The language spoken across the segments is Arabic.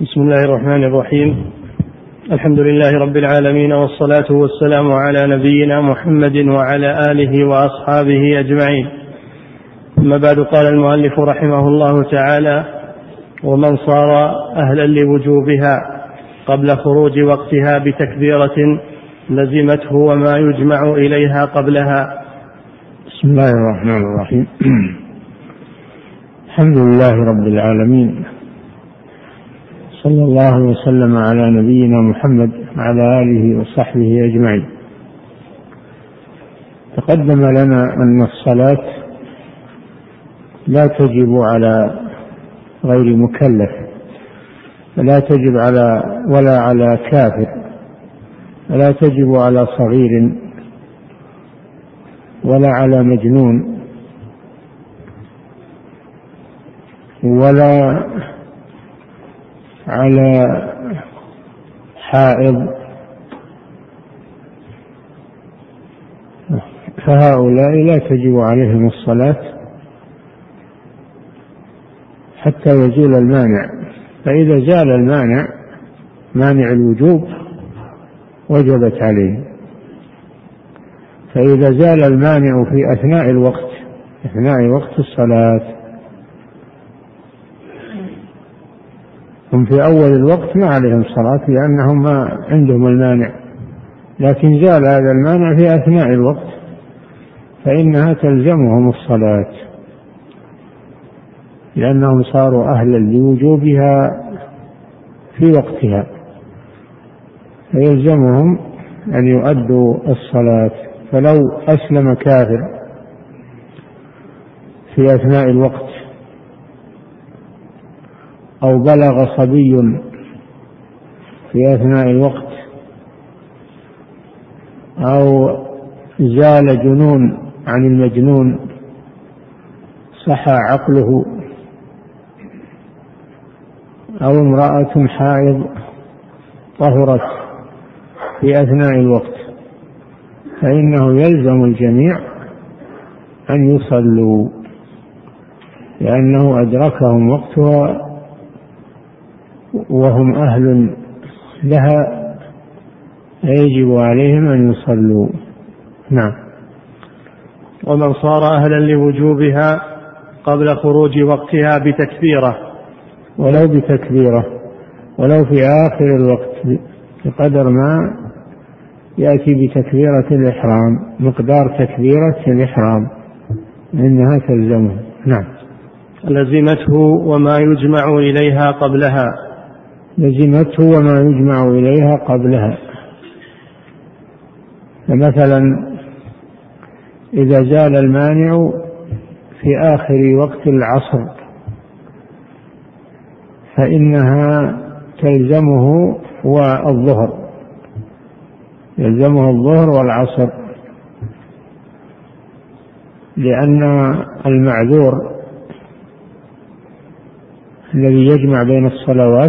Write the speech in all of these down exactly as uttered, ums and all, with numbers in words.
بسم الله الرحمن الرحيم. الحمد لله رب العالمين، والصلاة والسلام على نبينا محمد وعلى آله وأصحابه أجمعين. أما بعد، قال المؤلف رحمه الله تعالى: ومن صار أهلا لوجوبها قبل خروج وقتها بتكبيرة لزمته وما يجمع إليها قبلها. بسم الله الرحمن الرحيم. الحمد لله رب العالمين، صلى الله وسلم على نبينا محمد وعلى آله وصحبه أجمعين. تقدم لنا أن الصلاة لا تجب على غير مكلف، ولا تجب على ولا على كافر، ولا تجب على صغير ولا على مجنون ولا على حائض، فهؤلاء لا تجب عليهم الصلاة حتى يزول المانع. فإذا زال المانع، مانع الوجوب، وجبت عليه. فإذا زال المانع في أثناء الوقت أثناء وقت الصلاة، هم في أول الوقت ما عليهم صلاة لأنهم ما عندهم المانع، لكن زال هذا المانع في أثناء الوقت فإنها تلزمهم الصلاة، لأنهم صاروا أهلا لوجوبها في وقتها، فيلزمهم أن يؤدوا الصلاة. فلو أسلم كافر في أثناء الوقت، أو بلغ صبي في أثناء الوقت، أو زال جنون عن المجنون، صحى عقله، أو امرأة حائض طهرت في أثناء الوقت، فإنه يلزم الجميع أن يصلوا، لأنه أدركهم وقتها وهم أهل لها، يجب عليهم أن يصلوا. نعم. ومن صار أهلا لوجوبها قبل خروج وقتها بتكبيرة، ولو بتكبيرة، ولو في آخر الوقت بقدر ما يأتي بتكبيرة الإحرام، مقدار تكبيرة الإحرام، إنها تلزمه. نعم. لزمته وما يجمع إليها قبلها. لزمته وما يجمع إليها قبلها. فمثلا إذا زال المانع في آخر وقت العصر، فإنها تلزمه والظهر، يلزمه الظهر والعصر، لأن المعذور الذي يجمع بين الصلوات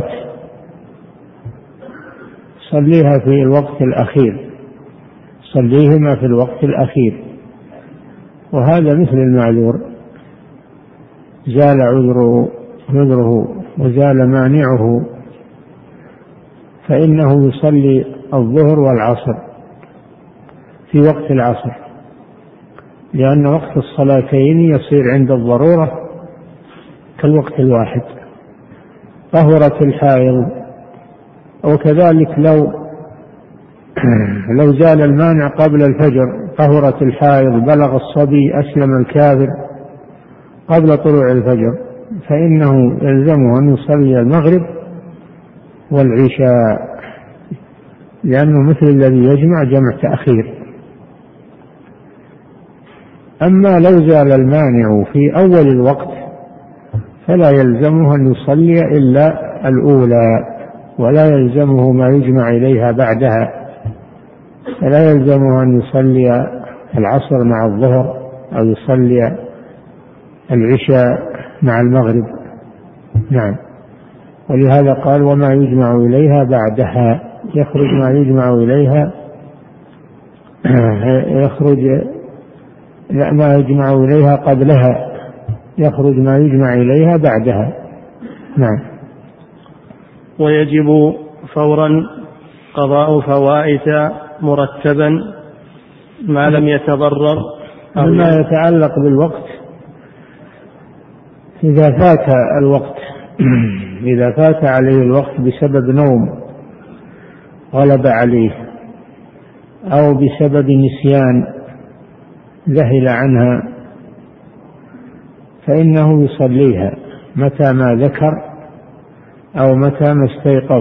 صليها في الوقت الأخير، صليهما في الوقت الأخير، وهذا مثل المعذور، زال عذره عذره وزال مانعه، فإنه يصلي الظهر والعصر في وقت العصر، لأن وقت الصلاتين يصير عند الضرورة كالوقت الواحد. طهرت الحائض، وكذلك لو لو زال المانع قبل الفجر، طهرت الحائض، بلغ الصبي، أسلم الكافر قبل طلوع الفجر، فإنه يلزمه أن يصلي المغرب والعشاء، لأنه مثل الذي يجمع جمع تأخير. أما لو زال المانع في أول الوقت فلا يلزمه أن يصلي إلا الأولى، ولا يلزمه ما يجمع إليها بعدها، فلا يلزمه أن يصلي العصر مع الظهر، أو يصلي العشاء مع المغرب. نعم. ولهذا قال: وما يجمع إليها بعدها. يخرج ما يجمع إليها يخرج لا ما يجمع إليها قبلها، يخرج ما يجمع إليها بعدها. نعم. ويجب فورا قضاء فوائت مرتبا ما لم يتضرر. مما يتعلق بالوقت، إذا فات الوقت إذا فات عليه الوقت بسبب نوم غلب عليه أو بسبب نسيان ذهل عنها فإنه يصليها متى ما ذكر أو متى ما استيقظ،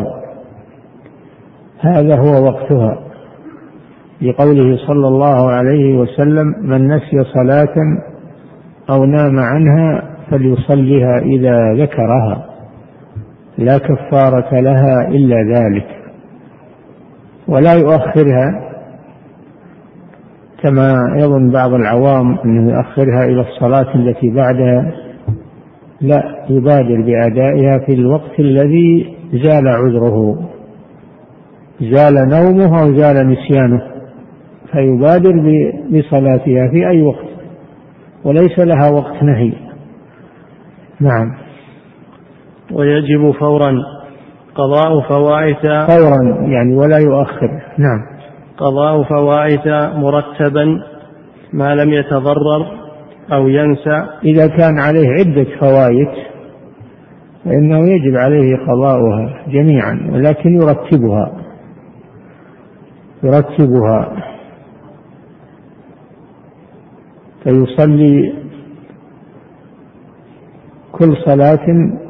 هذا هو وقتها، لقوله صلى الله عليه وسلم: من نسي صلاة أو نام عنها فليصليها إذا ذكرها لا كفارة لها إلا ذلك. ولا يؤخرها كما يظن بعض العوام أنه يؤخرها إلى الصلاة التي بعدها، لا، يبادر بأدائها في الوقت الذي زال عذره، زال نومه أو زال نسيانه، فيبادر بصلاتها في أي وقت وليس لها وقت نهي. نعم. ويجب فورا قضاء فوائت فورا يعني ولا يؤخر. نعم. قضاء فوائت مرتبا ما لم يتضرر أو ينسى. إذا كان عليه عدة فوائت فإنه يجب عليه قضاؤها جميعا، ولكن يرتبها يرتبها فيصلي كل صلاة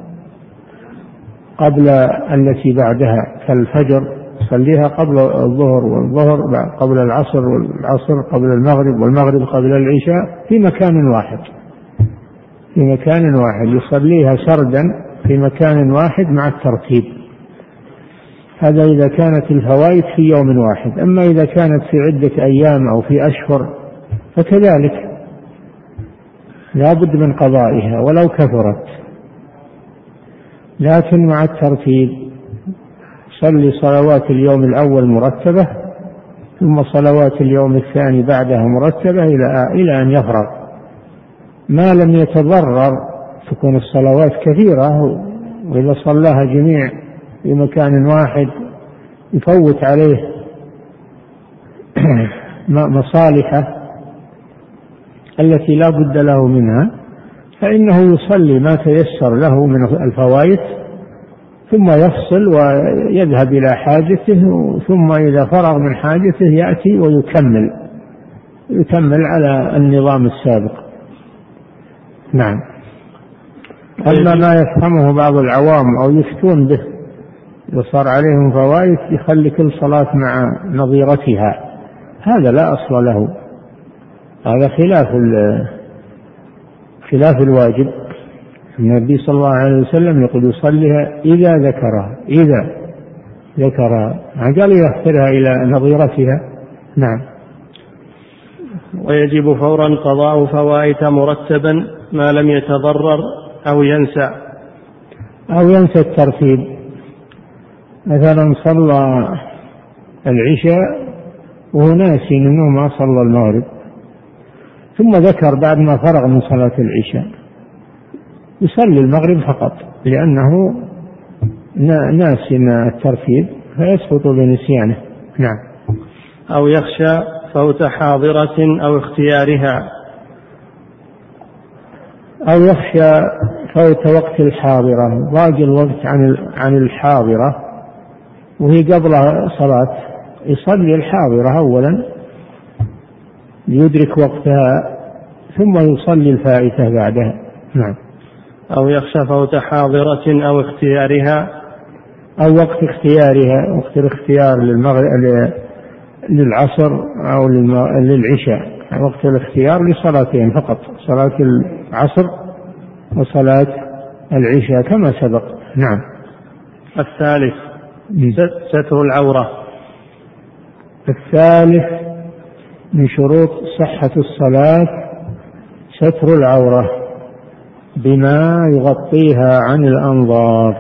قبل التي بعدها، كالفجر يصليها قبل الظهر، والظهر قبل العصر، والعصر قبل المغرب، والمغرب قبل العشاء، في مكان واحد في مكان واحد يصليها سردا في مكان واحد مع الترتيب. هذا إذا كانت الفوائد في يوم واحد. أما إذا كانت في عدة أيام أو في أشهر فكذلك لا بد من قضائها ولو كثرت، لكن مع الترتيب. صلي صلوات اليوم الأول مرتبة، ثم صلوات اليوم الثاني بعدها مرتبة إلى إلى أن يفرغ، ما لم يتضرر. تكون الصلوات كثيرة، وإذا صلاها جميع في مكان واحد يفوت عليه مصالحه التي لا بد له منها، فإنه يصلي ما تيسر له من الفوائد، ثم يفصل ويذهب إلى حاجته، ثم إذا فرغ من حاجته يأتي ويكمل يكمل على النظام السابق. نعم. أما ما يفهمه بعض العوام أو يفتون به وصار عليهم فوائد يخلي كل صلاة مع نظيرتها، هذا لا أصل له، هذا خلاف خلاف الواجب. النبي صلى الله عليه وسلم يقول يصليها إذا ذكرها إذا ذكرها قال يأخرها إلى نظيرتها. نعم. ويجب فورا قضاء فوائت مرتبا ما لم يتضرر أو ينسى أو ينسى الترتيب. مثلا صلى العشاء وهو ناسي أنه ما صلى المغرب، ثم ذكر بعد ما فرغ من صلاة العشاء، يصلي المغرب فقط لأنه ناسي الترتيب فيسقط بنسيانه. نعم. أو يخشى فوت حاضرة أو اختيارها أو يخشى فوت وقت الحاضرة، باقي الوقت عن عن الحاضرة وهي قبل صلاة، يصلي الحاضرة أولا ليدرك وقتها ثم يصلي الفائتة بعدها. نعم. أو يخشى فوت حاضرة أو اختيارها، أو وقت اختيارها، وقت الاختيار للمغرب للعصر أو للعشاء، وقت الاختيار لصلاتين فقط، صلاة العصر وصلاة العشاء كما سبق. نعم. الثالث ستر العورة. الثالث من شروط صحة الصلاة ستر العورة بما يغطيها عن الأنظار،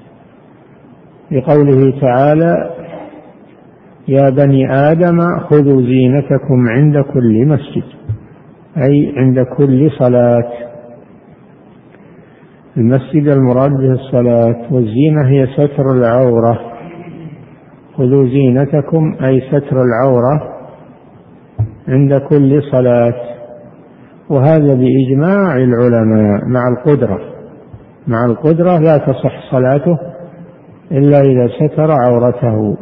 لقوله تعالى: يا بني آدم خذوا زينتكم عند كل مسجد، أي عند كل صلاة. المسجد المراد به الصلاة. والزينة هي ستر العورة، خذوا زينتكم أي ستر العورة عند كل صلاة، وهذا بإجماع العلماء مع القدرة. مع القدرة لا تصح صلاته إلا إذا ستر عورته.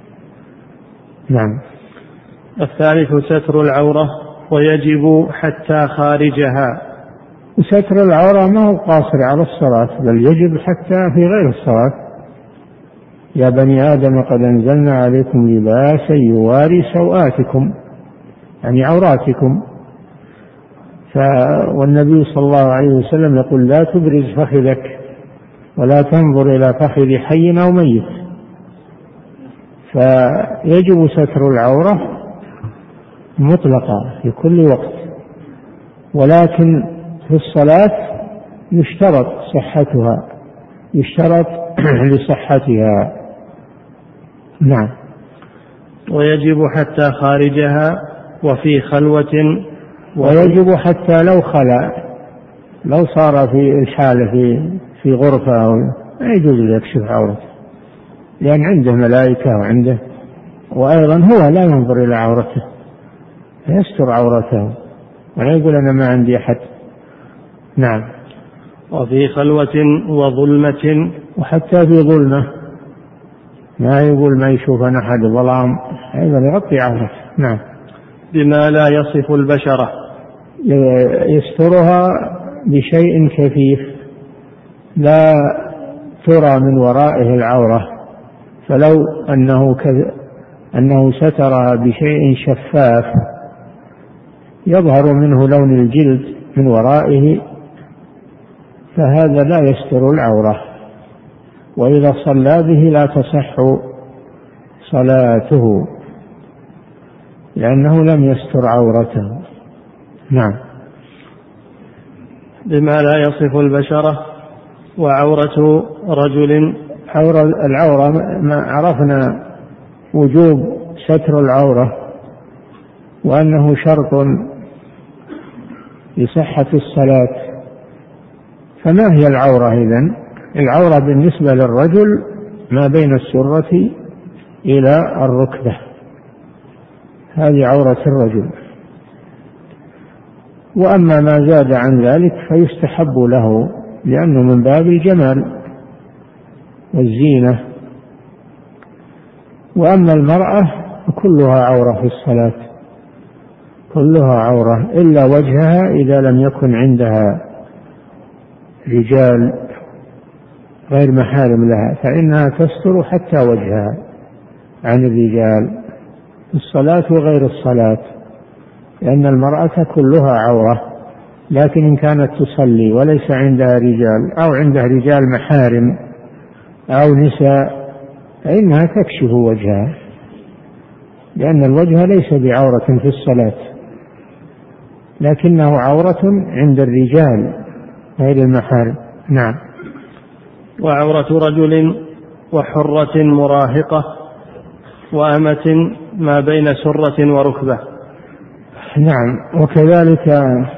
نعم. الثالث ستر العورة ويجب حتى خارجها. وستر العورة ما هو قاصر على الصلاة، بل يجب حتى في غير الصلاة. يا بني آدم قد أنزلنا عليكم لباسا يواري سوآتكم، يعني عوراتكم. ف... والنبي صلى الله عليه وسلم يقول لا تبرز فخذك ولا تنظر إلى فخذ حي أو ميت. فيجب ستر العورة مطلقة في كل وقت، ولكن في الصلاة يشترط صحتها، يشترط لصحتها. نعم. ويجب حتى خارجها وفي خلوة. ويجب حتى لو خلا، لو صار في الحالة في في غرفة لا يجوز يكشف عورته، لأن عنده ملائكة وعنده، وأيضا هو لا ينظر إلى عورته، يستر عورته ولا يقول أنا ما عندي أحد. نعم. وفي خلوة وظلمة. وحتى في ظلمة ما يقول ما يشوف أنا أحد، ظلام، أيضا يغطي عورته. نعم. بما لا يصف البشرة، يسترها بشيء كثيف لا ترى من ورائه العورة. فلو أنه كذ... أنه سترها بشيء شفاف يظهر منه لون الجلد من ورائه، فهذا لا يستر العورة، وإذا صلى به لا تصح صلاته لأنه لم يستر عورته. نعم. بما لا يصف البشرة. وعورة رجل. عورة العورة ما عرفنا وجوب ستر العورة وأنه شرط لصحة الصلاة. فما هي العورة إذن؟ العورة بالنسبة للرجل ما بين السرة إلى الركبة، هذه عورة الرجل. وأما ما زاد عن ذلك فيستحب له لأنه من باب الجمال والزينة. وأما المرأة كلها عورة في الصلاة، كلها عورة إلا وجهها إذا لم يكن عندها رجال غير محارم لها فإنها تستر حتى وجهها عن الرجال في الصلاة وغير الصلاة، لأن المرأة كلها عورة. لكن إن كانت تصلي وليس عندها رجال أو عندها رجال محارم أو نساء فإنها تكشف وجهها، لأن الوجه ليس بعورة في الصلاة لكنه عورة عند الرجال غير المحارم. نعم. وعورة رجل وحرة مراهقة وأمة ما بين سرة وركبة. نعم. وكذلك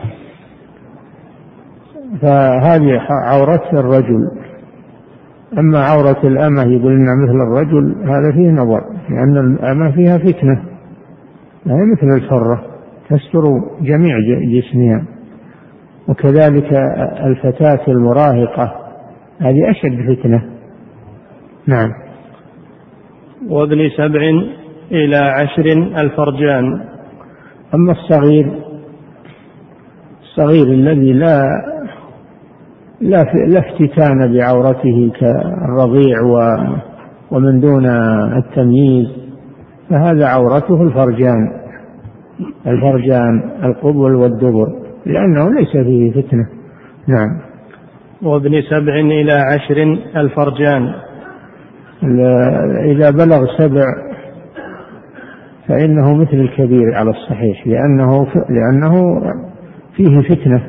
فهذه عورة الرجل. أما عورة الأمة يقول إنها مثل الرجل هذا فيه نظر، لأن الأمة فيها فتنة، لا مثل الحرة تستر جميع جسمها. وكذلك الفتاة المراهقة هذه أشد فتنة. نعم. وابن سبع إلى عشر الفرجان. أما الصغير الصغير الذي لا لا لا افتتان بعورته كالرضيع ومن دون التمييز فهذا عورته الفرجان، الفرجان القبل والدبر، لأنه ليس فيه فتنة. نعم. وابن سبع إلى عشر الفرجان. إذا بلغ سبع فإنه مثل الكبير على الصحيح، لأنه لأنه فيه فتنة،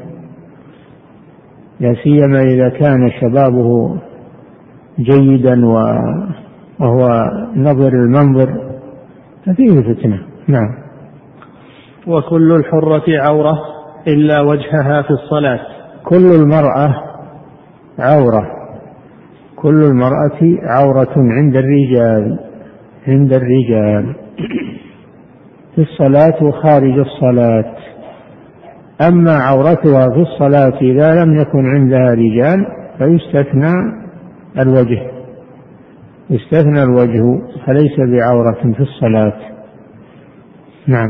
لا سيما إذا كان شبابه جيدا وهو نظر المنظر ففيه فتنة. نعم. وكل الحرة عورة إلا وجهها في الصلاة. كل المرأة عورة، كل المرأة عورة عند الرجال عند الرجال في الصلاة وخارج الصلاة. أما عورتها في الصلاة إذا لم يكن عندها رجال فيستثنى الوجه يستثنى الوجه فليس بعورة في الصلاة. نعم.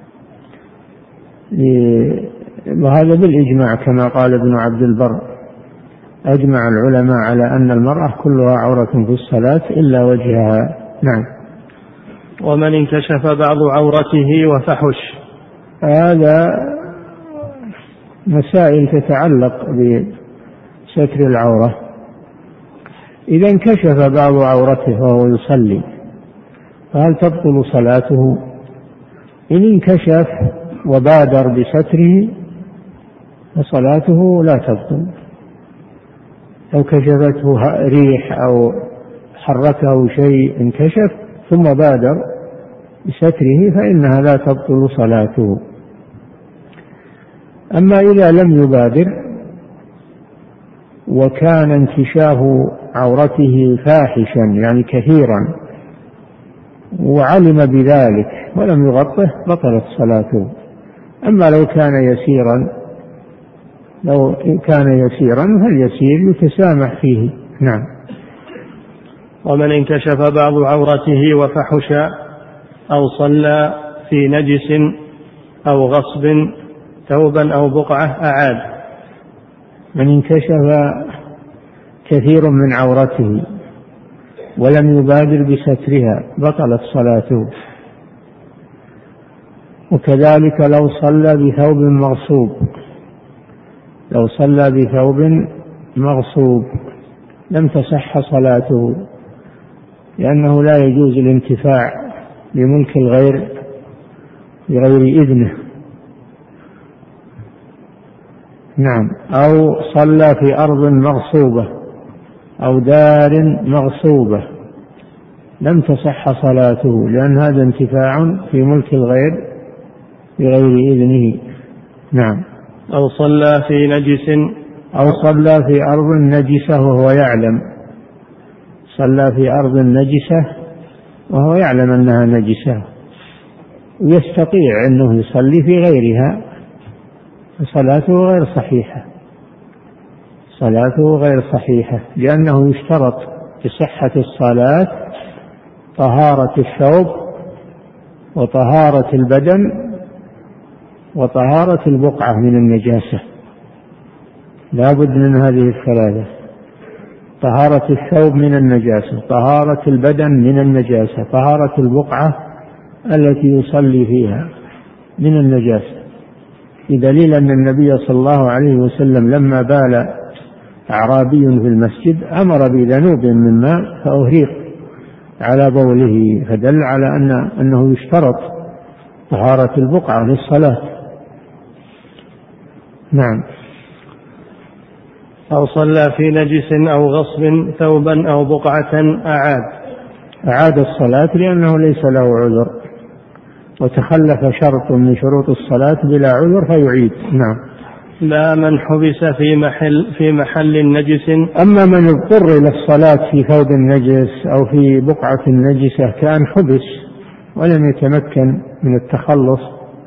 وهذا بالإجماع كما قال ابن عبد البر، أجمع العلماء على أن المرأة كلها عورة في الصلاة إلا وجهها. نعم. ومن انكشف بعض عورته وفحش، هذا مسائل تتعلق بستر العورة. إذا انكشف بعض عورته وهو يصلي فهل تبطل صلاته؟ إن انكشف وبادر بستره فصلاته لا تبطل. لو كشفته ريح أو حركه شيء انكشف ثم بادر بستره فإنها لا تبطل صلاته. أما إذا لم يبادر وكان انكشاف عورته فاحشا يعني كثيرا وعلم بذلك ولم يغطه بطلت صلاته. أما لو كان يسيرا لو كان يسيرا فاليسير يتسامح فيه. نعم. ومن انكشف بعض عورته وفحش أو صلى في نجس أو غصب ثوبا أو بقعة أعاد. من انكشف كثير من عورته ولم يبادر بسترها بطلت صلاته. وكذلك لو صلى بثوب مغصوب لو صلى بثوب مغصوب لم تصح صلاته، لأنه لا يجوز الانتفاع بملك الغير بغير إذنه. نعم. أو صلى في أرض مغصوبة أو دار مغصوبة لم تصح صلاته، لأن هذا انتفاع في ملك الغير بغير إذنه. نعم. أو صلى في نجس أو صلى في أرض نجسة وهو يعلم صلى في أرض نجسة وهو يعلم أنها نجسة ويستطيع أنه يصلي في غيرها فصلاته غير صحيحة صلاته غير صحيحة لأنه يشترط لصحة الصلاة طهارة الثوب وطهارة البدن وطهارة البقعة من النجاسة. لا بد من هذه الثلاثة: طهارة الثوب من النجاسة، طهارة البدن من النجاسة، طهارة البقعة التي يصلي فيها من النجاسة، بدليل أن النبي صلى الله عليه وسلم لما بال أعرابي في المسجد أمر بذنوب من ماء فأهريق على بوله، فدل على أن أنه يشترط طهارة البقعة للصلاة. نعم. أو صلى في نجس أو غصب ثوبا أو بقعة أعاد أعاد الصلاة لأنه ليس له عذر، وتخلف شرط من شروط الصلاة بلا عذر فيعيد. نعم. لا من حبس في محل في محل نجس. أما من اضطر إلى الصلاة في ثوب النجس أو في بقعة النجسة كان حبس ولم يتمكن من التخلص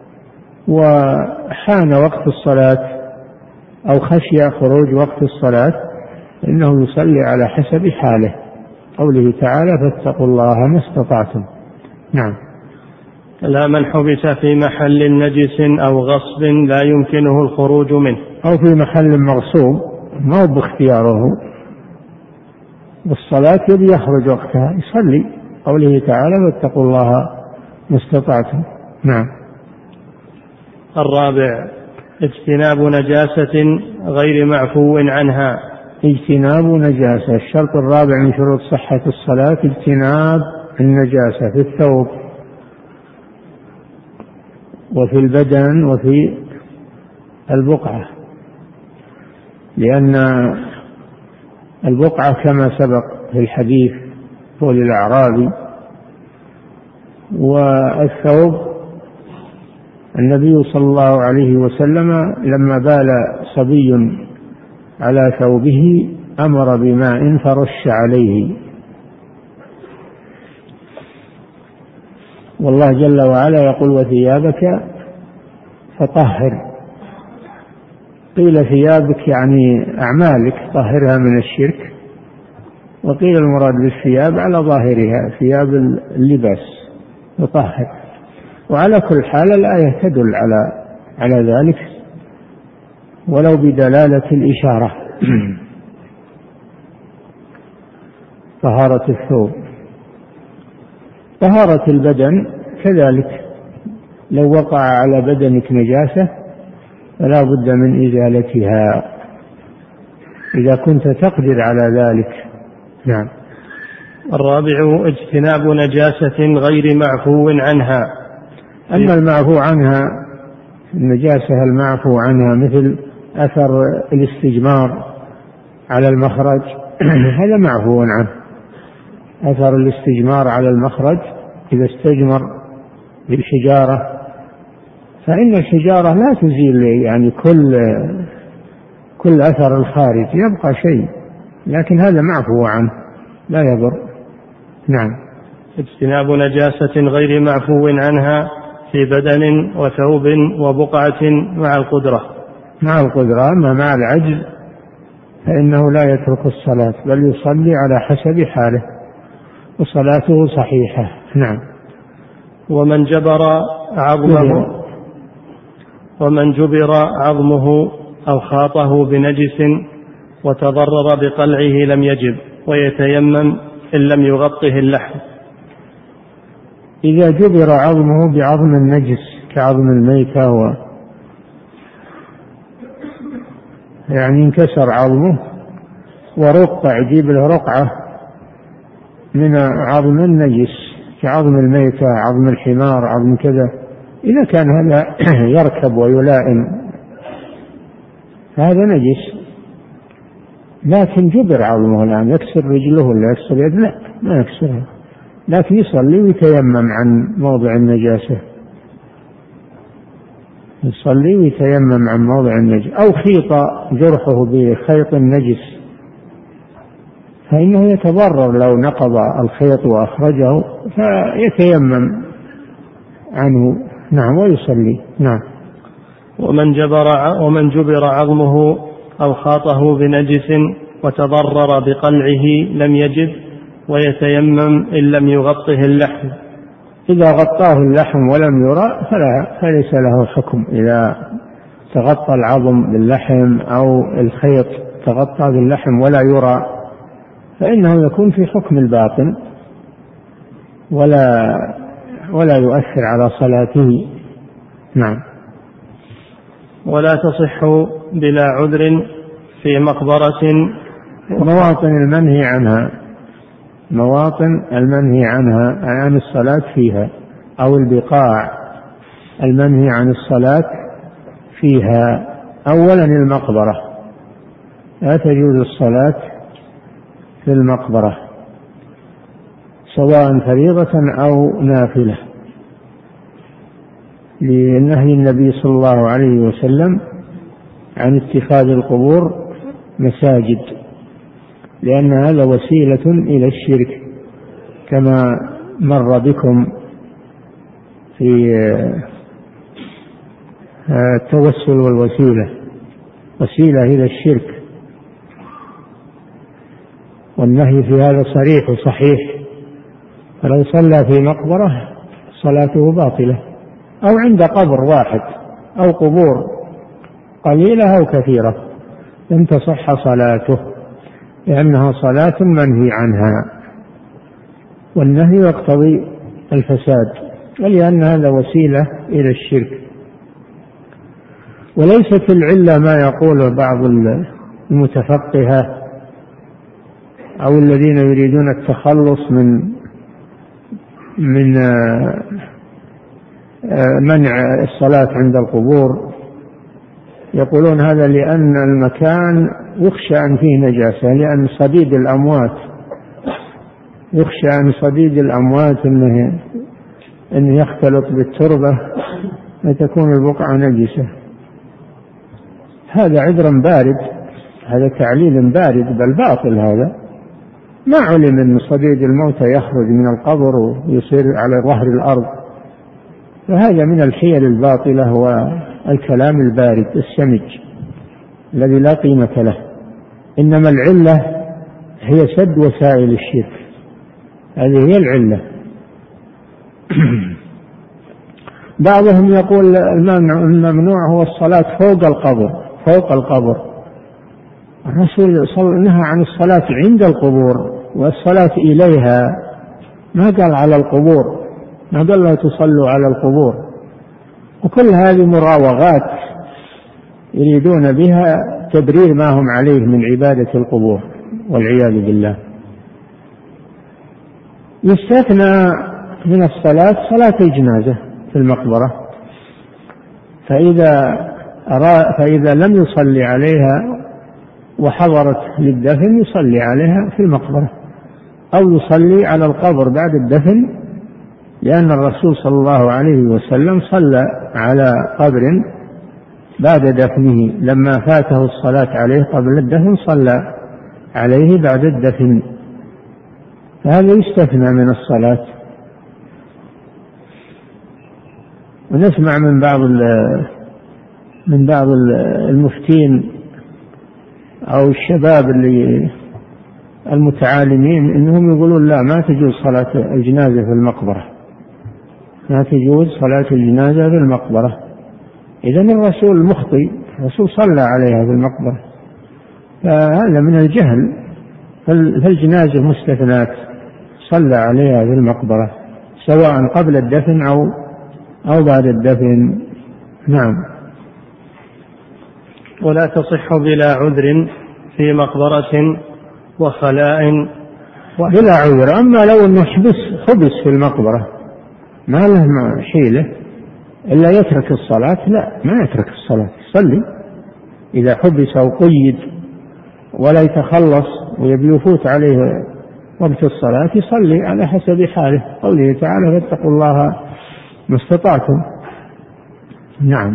وحان وقت الصلاة أو خشي خروج وقت الصلاة إنه يصلي على حسب حاله، قوله تعالى: فاتقوا الله ما استطعتم. نعم. لا من حبس في محل نجس أو غصب لا يمكنه الخروج منه. أو في محل مغصوب ما هو باختياره والصلاة يبي يخرج وقتها يصلي، قوله تعالى: فاتقوا الله ما استطعتم. نعم. الرابع اجتناب نجاسة غير معفو عنها. اجتناب نجاسة، الشرط الرابع من شروط صحة الصلاة اجتناب النجاسة في الثوب وفي البدن وفي البقعة، لأن البقعة كما سبق في الحديث قول الأعرابي، والثوب النبي صلى الله عليه وسلم لما بال صبي على ثوبه أمر بماء فرش عليه. والله جل وعلا يقول وثيابك فطهر. قيل ثيابك يعني أعمالك طهرها من الشرك، وقيل المراد بالثياب على ظاهرها ثياب اللباس يطهر. وعلى كل حال الآية تدل على على ذلك ولو بدلالة الإشارة. طهارة الثوب. طهارة البدن كذلك، لو وقع على بدنك نجاسة فلا بد من إزالتها إذا كنت تقدر على ذلك. نعم. الرابع اجتناب نجاسة غير معفو عنها. أما المعفو عنها، النجاسة المعفو عنها مثل أثر الاستجمار على المخرج هذا معفو عنه. أثر الاستجمار على المخرج إذا استجمر بالحجارة، فإن الحجارة لا تزيل يعني كل كل أثر الخارج، يبقى شيء، لكن هذا معفو عنه لا يضر. نعم. اجتناب نجاسة غير معفو عنها في بدن وثوب وبقعة مع القدرة. مع القدرة. أما مع العجز فإنه لا يترك الصلاة بل يصلي على حسب حاله وصلاته صحيحة. نعم. ومن جبر عظمه ومن جبر عظمه أو خاطه بنجس وتضرر بقلعه لم يجب ويتيمم إن لم يغطه اللحم. إذا جبر عظمه بعظم النجس كعظم الميتة و يعني انكسر عظمه ورقع، يجيب له رقعة من عظم النجس كعظم الميتة، عظم الحمار، عظم كذا، إذا كان هذا يركب ويلائم هذا نجس. لكن جبر عظمه الآن، يكسر رجله ولا يكسر يد، لا ما يكسرها، لكن يصلي ويتيمم عن موضع النجاسة، يصلي ويتيمم عن موضع النجس. أو خيط جرحه بخيط النجس فإنه يتضرر لو نقض الخيط وأخرجه فيتيمم عنه. نعم. ويصلي. نعم. ومن جبر ومن جبر عظمه أو خاطه بنجس وتضرر بقلعه لم يجب ويتيمم إن لم يغطه اللحم. إذا غطاه اللحم ولم يرى فلا فليس له حكم. إذا تغطى العظم باللحم أو الخيط تغطى باللحم ولا يرى فإنه يكون في حكم الباطن ولا ولا يؤثر على صلاته. نعم. ولا تصح بلا عذر في مقبرة. مواطن المنهي عنها، مواطن المنهي عنها عن الصلاة فيها، أو البقاع المنهي عن الصلاة فيها. أولا المقبرة، لا تجوز الصلاة في المقبرة سواء فريضة أو نافلة، لنهي النبي صلى الله عليه وسلم عن اتخاذ القبور مساجد، لأن هذا وسيلة إلى الشرك كما مر بكم في التوسل والوسيلة، وسيلة إلى الشرك، والنهي في هذا صريح وصحيح. فلو صلى في مقبرة صلاته باطلة، أو عند قبر واحد أو قبور قليلة أو كثيرة لم تصح صلاته، لأنها صلاة منهي عنها، والنهي يقتضي الفساد، ولأن هذا وسيلة إلى الشرك. وليست العلة ما يقول بعض المتفقهة أو الذين يريدون التخلص من من منع الصلاة عند القبور، يقولون هذا لأن المكان يخشى أن فيه نجاسة، لأن صديد الأموات يخشى أن صديد الأموات أنه, إنه يختلط بالتربة فتكون البقعة نجسة. هذا عذر بارد، هذا تعليل بارد بل باطل. هذا ما علم أن صديد الموتى يخرج من القبر ويصير على ظهر الأرض، فهذا من الحيل الباطلة والكلام البارد السمج الذي لا قيمة له. إنما العلة هي سد وسائل الشرك، هذه هي العلة. بعضهم يقول الممنوع هو الصلاة فوق القبر، فوق القبر. الرسول نهى عن الصلاة عند القبور والصلاة إليها، ما قال على القبور، ما قال لا تصلوا على القبور. وكل هذه مراوغات يريدون بها تبرير ما هم عليه من عبادة القبور والعياذ بالله. يستثنى من الصلاة صلاة الجنازة في المقبرة، فإذا أرى فإذا لم يصلي عليها وحضرت للدفن يصلي عليها في المقبرة، أو يصلي على القبر بعد الدفن، لأن الرسول صلى الله عليه وسلم صلى على قبر بعد دفنه، لما فاته الصلاة عليه قبل الدفن صلى عليه بعد الدفن، فهذا يستثنى من الصلاة. ونسمع من بعض من بعض المفتين أو الشباب اللي المتعالمين إنهم يقولون لا، ما تجوز صلاة الجنازة في المقبرة، ما تجوز صلاة الجنازة في المقبرة. إذن الرسول مخطئ، الرسول صلى عليها في المقبرة، فهذا من الجهل. فالجنازة مستثنات، صلى عليها في المقبرة سواء قبل الدفن أو أو بعد الدفن. نعم. ولا تصح بلا عذر في مقبرة وخلاء بلا عذر. أما لو أنه حبس حبس في المقبرة ما له حيلة إلا يترك الصلاة، لا، ما يترك الصلاة، يصلي. إذا حبس أو قيد ولا يتخلص ويبي يفوت عليه وقت الصلاة يصلي على حسب حاله، قوله تعالى فاتقوا الله ما استطعتم. نعم.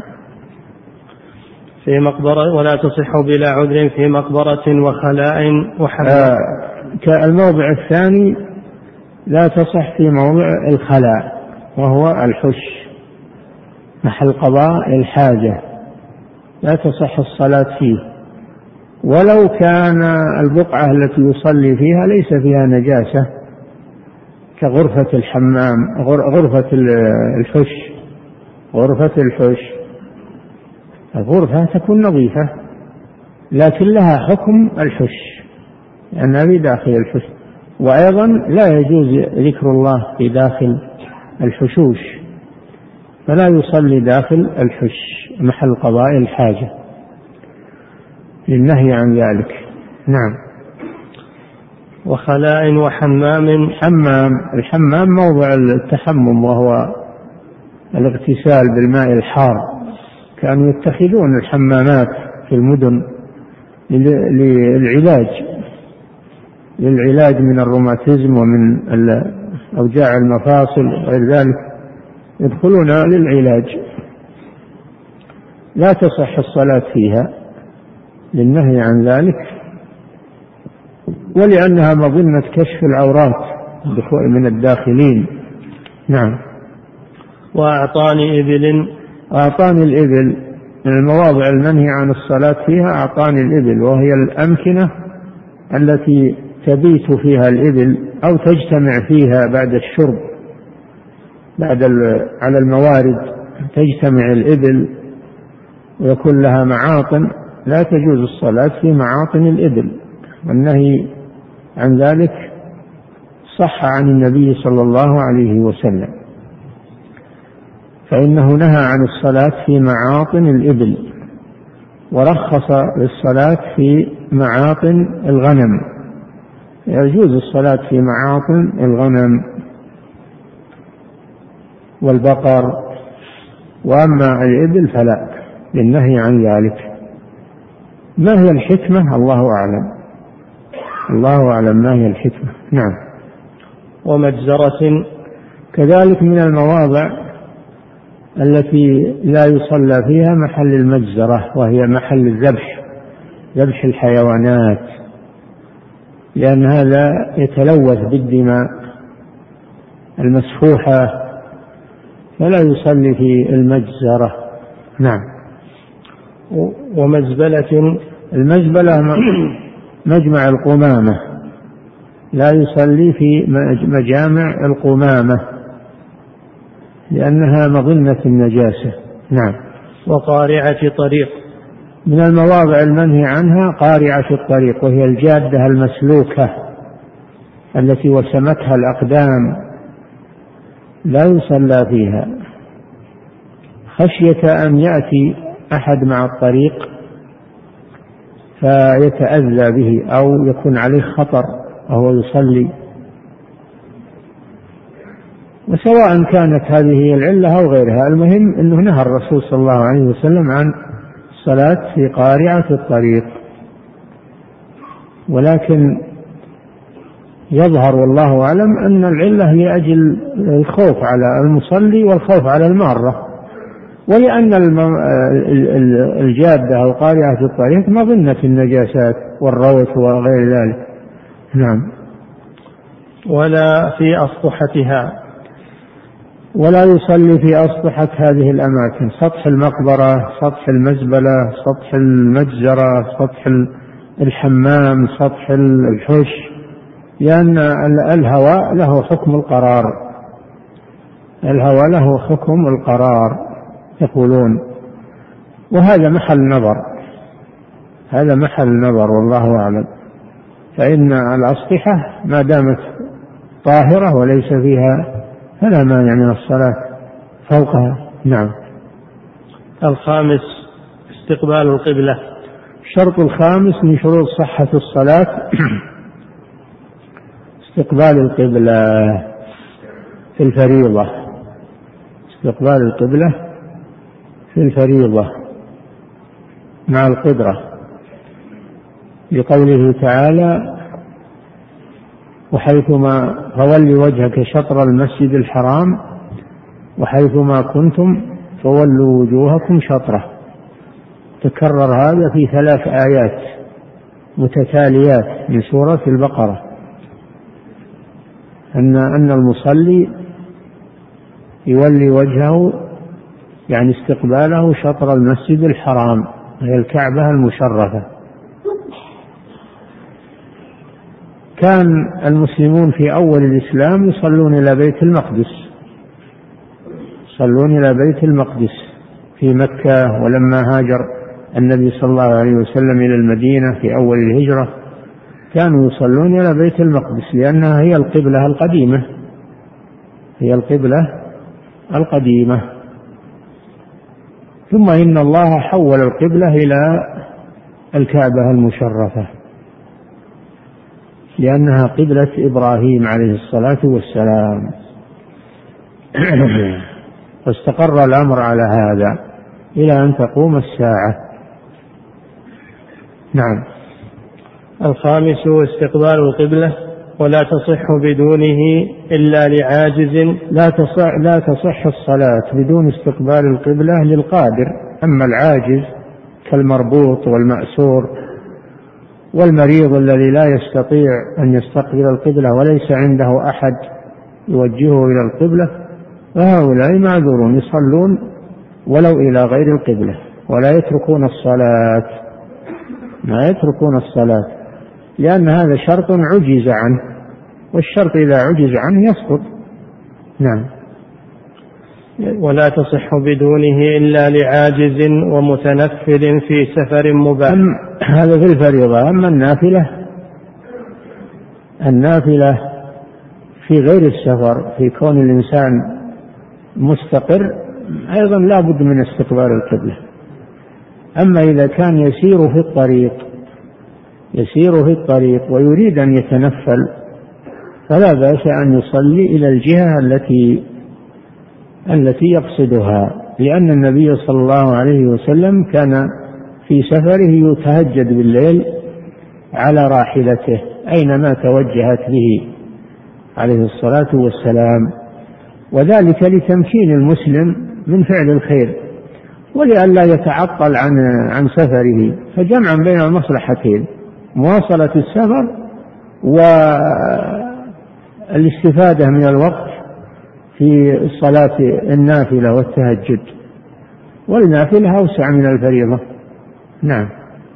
في مقبرة ولا تصح بلا عذر في مقبرة وخلاء وحمام. آه كالموضع الثاني لا تصح في موضع الخلاء وهو الحش، محل قضاء الحاجة، لا تصح الصلاة فيه، ولو كان البقعة التي يصلي فيها ليس فيها نجاسة، كغرفة الحمام، غرفة الحش، غرفة الحش الغرفة تكون نظيفة لكن لها حكم الحش لأنها في داخل الحش. وأيضا لا يجوز ذكر الله في داخل الحشوش، فلا يصلي داخل الحش محل قضاء الحاجة للنهي عن ذلك. نعم. وخلاء وحمام. حمام، الحمام موضع التحمم وهو الاغتسال بالماء الحار، كانوا يتخذون الحمامات في المدن للعلاج للعلاج من الروماتيزم ومن أوجاع المفاصل وغير ذلك، يدخلون للعلاج. لا تصح الصلاة فيها للنهي عن ذلك، ولأنها مظنة كشف العورات من الداخلين. نعم. وأعطان إبل. أعطان الإبل من المواضع المنهي عن الصلاة فيها أعطان الإبل، وهي الأمكنة التي تبيت فيها الإبل أو تجتمع فيها بعد الشرب، بعد على الموارد تجتمع الإبل ويكون لها معاطن، لا تجوز الصلاة في معاطن الإبل، والنهي عن ذلك صح عن النبي صلى الله عليه وسلم، فإنه نهى عن الصلاة في معاطن الإبل، ورخص للصلاة في معاطن الغنم، يجوز الصلاة في معاطن الغنم والبقر، وأما الإبل فلا، للنهي عن ذلك. ما هي الحكمة؟ الله أعلم، الله أعلم ما هي الحكمة. نعم. ومجزرة. كذلك من المواضع التي لا يصلى فيها محل المجزرة، وهي محل الذبح، ذبح الحيوانات، لأن هذا يتلوث بالدماء المسفوحة، فلا يصلي في المجزرة. نعم. ومزبلة، المزبلة مجمع القمامة، لا يصلي في مجامع القمامة لأنها مظنة النجاسة. نعم. وقارعة طريق، من المواضع المنهي عنها قارعة الطريق، وهي الجادة المسلوكة التي وسمتها الأقدام، لا يصلى فيها خشية أن يأتي أحد مع الطريق فيتأذى به أو يكون عليه خطر وهو يصلي. وسواء كانت هذه العلة أو غيرها، المهم أنه نهى الرسول صلى الله عليه وسلم عن الصلاة في قارعة الطريق. ولكن يظهر والله أعلم أن العلة لأجل الخوف على المصلي والخوف على المارة، ولأن الجادة أو قارعة الطريق مظنة النجاسات والروث وغير ذلك. نعم. ولا في أسطحتها، ولا يصلي في أسطحة هذه الأماكن، سطح المقبرة، سطح المزبلة، سطح المجزرة، سطح الحمام، سطح الحش، لأن الهواء له حكم القرار، الهواء له حكم القرار يقولون، وهذا محل نظر، هذا محل نظر والله أعلم. فإن الأسطحة ما دامت طاهرة وليس فيها فلا مانع من الصلاة فوقها. نعم. الخامس استقبال القبلة. الشرط الخامس من شروط صحة الصلاة استقبال القبلة في الفريضة، استقبال القبلة في الفريضة مع القدرة، لقوله تعالى: وحيثما فول وجهك شطر المسجد الحرام وحيثما كنتم فولوا وجوهكم شطره. تكرر هذا في ثلاث آيات متتاليات من سورة البقرة، أن أن المصلي يولي وجهه يعني استقباله شطر المسجد الحرام هي الكعبة المشرفة. كان المسلمون في أول الإسلام يصلون إلى بيت المقدس، يصلون إلى بيت المقدس في مكة، ولما هاجر النبي صلى الله عليه وسلم إلى المدينة في أول الهجرة كانوا يصلون إلى بيت المقدس لأنها هي القبلة القديمة، هي القبلة القديمة. ثم إن الله حول القبلة إلى الكعبة المشرفة لأنها قبلة إبراهيم عليه الصلاة والسلام. واستقر الأمر على هذا إلى أن تقوم الساعة. نعم. الخامس استقبال القبلة، ولا تصح بدونه إلا لعاجز. لا تصح, لا تصح الصلاة بدون استقبال القبلة للقادر، أما العاجز كالمربوط والمأسور والمريض الذي لا يستطيع أن يستقبل القبلة وليس عنده أحد يوجهه إلى القبلة، فهؤلاء معذورون يصلون ولو إلى غير القبلة ولا يتركون الصلاة، ما يتركون الصلاة، لأن هذا شرط عجز عنه، والشرط إذا عجز عنه يسقط. نعم. ولا تصح بدونه إلا لعاجز ومتنفل في سفر مباح. هذا في الفريضة. أما النافلة، النافلة في غير السفر، في كون الإنسان مستقر، أيضا لا بد من استقبال القبلة. أما إذا كان يسير في الطريق يسير في الطريق ويريد أن يتنفل فلا بأس أن يصلي إلى الجهة التي التي يقصدها، لأن النبي صلى الله عليه وسلم كان في سفره يتهجد بالليل على راحلته أينما توجهت به عليه الصلاة والسلام، وذلك لتمكين المسلم من فعل الخير ولئلا يتعطل عن عن سفره، فجمعا بين المصلحتين، مواصلة السفر والاستفادة من الوقت في الصلاة النافلة والتهجد، والنافلة أوسع من الفريضة. نعم.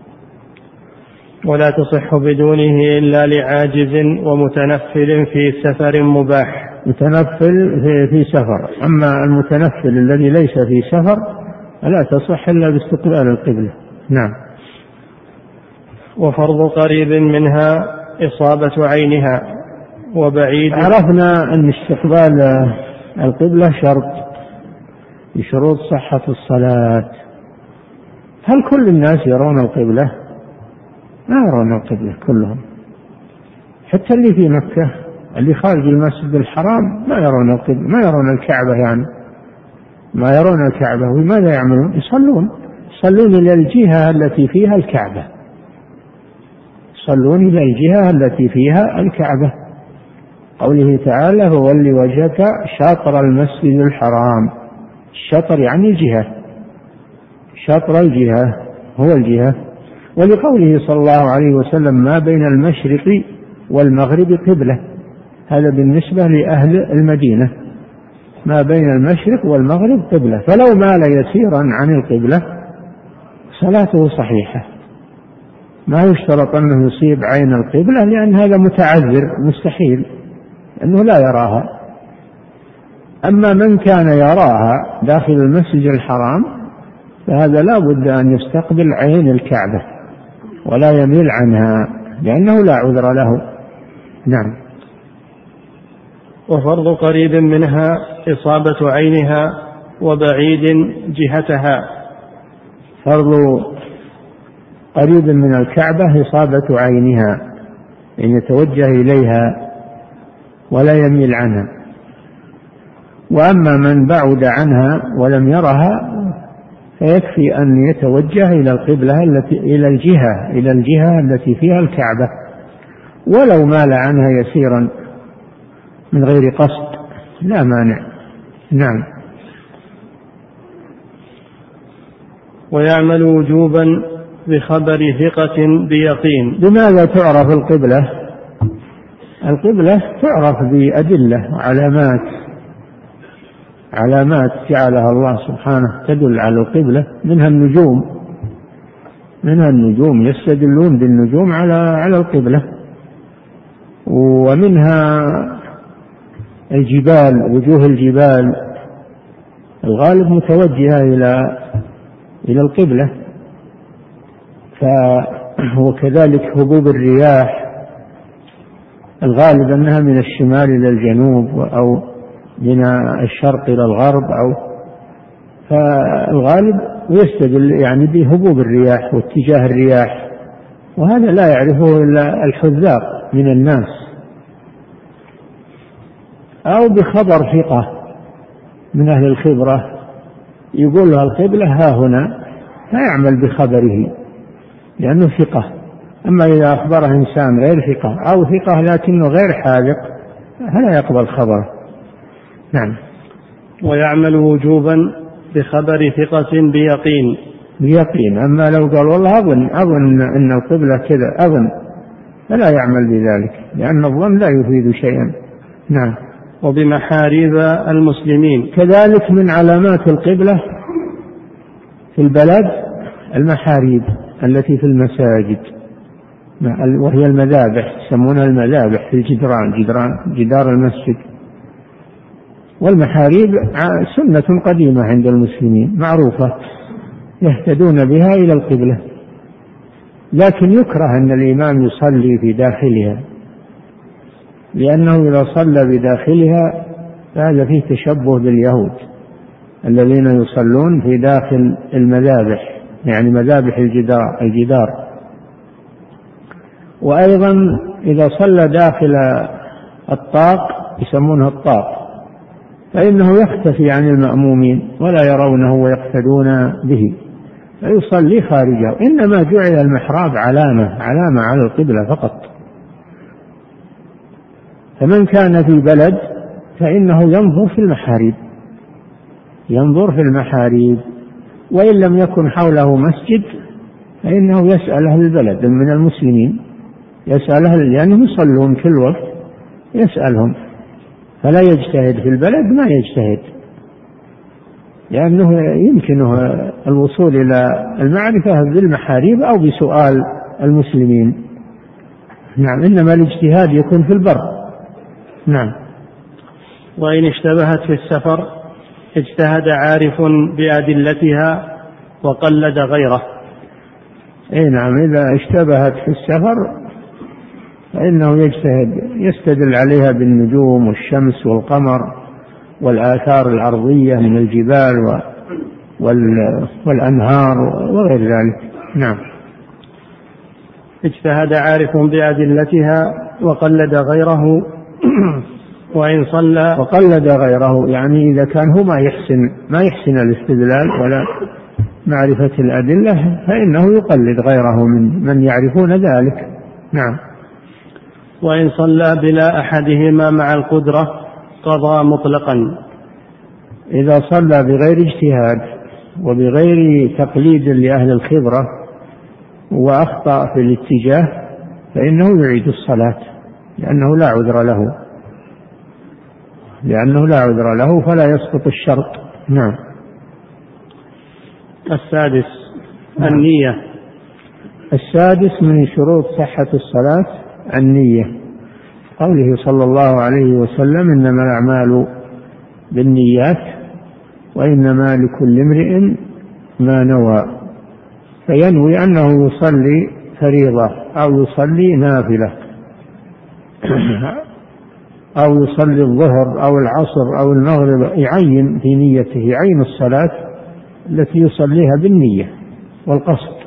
ولا تصح بدونه إلا لعاجز ومتنفل في سفر مباح. متنفل في, في سفر، أما المتنفل الذي ليس في سفر لا تصح إلا باستقبال القبلة. نعم. وفرض قريب منها إصابة عينها وبعيد. عرفنا أن استقبال القبلة شرط بشروط صحة الصلاة. هل كل الناس يرون القبلة؟ ما يرون القبلة كلهم، حتى اللي في مكة اللي خارج المسجد الحرام ما يرون القبلة، ما يرون الكعبة، يعني ما يرون الكعبة. وماذا يعملون؟ يصلون يصلون إلى الجهة التي فيها الكعبة، يصلون إلى الجهة التي فيها الكعبة. قوله تعالى: فولي وجهك شطر المسجد الحرام. الشطر يعني الجهة، شطر الجهة هو الجهة. ولقوله صلى الله عليه وسلم: ما بين المشرق والمغرب قبلة. هذا بالنسبة لأهل المدينة، ما بين المشرق والمغرب قبلة، فلو مال يسيرا عن القبلة صلاته صحيحة، ما يشترط أنه يصيب عين القبلة، لأن هذا متعذر مستحيل أنه لا يراها. أما من كان يراها داخل المسجد الحرام فهذا لا بد أن يستقبل عين الكعبة ولا يميل عنها، لأنه لا عذر له. نعم. وفرض قريب منها إصابة عينها وبعيد جهتها. فرض قريب من الكعبة إصابة عينها، أن يتوجه إليها ولا يميل عنها. وأما من بعد عنها ولم يرها فيكفي أن يتوجه إلى القبلة التي إلى الجهة إلى الجهة التي فيها الكعبة، ولو مال عنها يسيرا من غير قصد لا مانع. نعم. ويعمل وجوبا بخبر ثقة بيقين. بماذا تعرف القبلة؟ القبلة تعرف بأدلة وعلامات، علامات جعلها الله سبحانه تدل على القبلة، منها النجوم، منها النجوم يستدلون بالنجوم على على القبلة، ومنها الجبال، وجوه الجبال الغالب متوجهة إلى إلى القبلة، وكذلك هبوب الرياح الغالب أنها من الشمال إلى الجنوب أو من الشرق إلى الغرب، أو فالغالب يستدل يعني بهبوب الرياح واتجاه الرياح، وهذا لا يعرفه إلا الحذاق من الناس، أو بخبر ثقة من أهل الخبرة يقول له القبلة ها هنا، فيعمل بخبره لأنه ثقة. أما إذا أخبره إنسان غير ثقة أو ثقة لكنه غير حاذق فلا يقبل خبره. نعم. ويعمل وجوبا بخبر ثقة بيقين. بيقين. أما لو قال والله أظن أظن أن القبلة كذا أظن، فلا يعمل بذلك، لأن الظن لا يفيد شيئا. نعم. وبمحاريب المسلمين. كذلك من علامات القبلة في البلد المحاريب التي في المساجد، وهي المذابح، يسمونها المذابح في الجدران، جدران جدار المسجد. والمحاريب سنة قديمة عند المسلمين معروفة يهتدون بها إلى القبلة، لكن يكره أن الإمام يصلي في داخلها، لأنه إذا صلى بداخلها فهذا فيه تشبه باليهود الذين يصلون في داخل المذابح، يعني مذابح الجدار الجدار. وأيضا إذا صلى داخل الطاق يسمونها الطاق فإنه يختفي عن المأمومين ولا يرونه ويقتدون به، فيصلي خارجه. إنما جعل المحراب علامة علامة على القبلة فقط. فمن كان في بلد فإنه ينظر في المحاريب، ينظر في المحاريب وإن لم يكن حوله مسجد فإنه يسأل أهل البلد من المسلمين، يسأل أهل لأنهم يصلون كل وقت، يسألهم، فلا يجتهد في البلد ما يجتهد، لأنه يمكنه الوصول إلى المعرفة بالمحاريب أو بسؤال المسلمين. نعم، إنما الاجتهاد يكون في البر. نعم. وإن اشتبهت في السفر اجتهد عارف بأدلتها وقلد غيره. أي نعم، إذا اشتبهت في السفر فإنه يجتهد، يستدل عليها بالنجوم والشمس والقمر والآثار الأرضية من الجبال والأنهار وغير ذلك. نعم. اجتهد عارف بأدلتها وقلد غيره. وإن صلى وقلد غيره يعني إذا كان هو ما يحسن ما يحسن الاستدلال ولا معرفة الأدلة فإنه يقلد غيره من من يعرفون ذلك. نعم. وإن صلى بلا أحدهما مع القدرة قضى مطلقا. إذا صلى بغير اجتهاد وبغير تقليد لأهل الخبرة وأخطأ في الاتجاه فإنه يعيد الصلاة لأنه لا عذر له لأنه لا عذر له فلا يسقط الشرط. نعم. السادس النية. السادس من شروط صحة الصلاة النية، قوله صلى الله عليه وسلم إنما الأعمال بالنيات وإنما لكل امرئ ما نوى، فينوي أنه يصلي فريضة أو يصلي نافلة أو يصلي الظهر أو العصر أو المغرب، يعين في نيته، يعين الصلاة التي يصليها بالنية والقصد،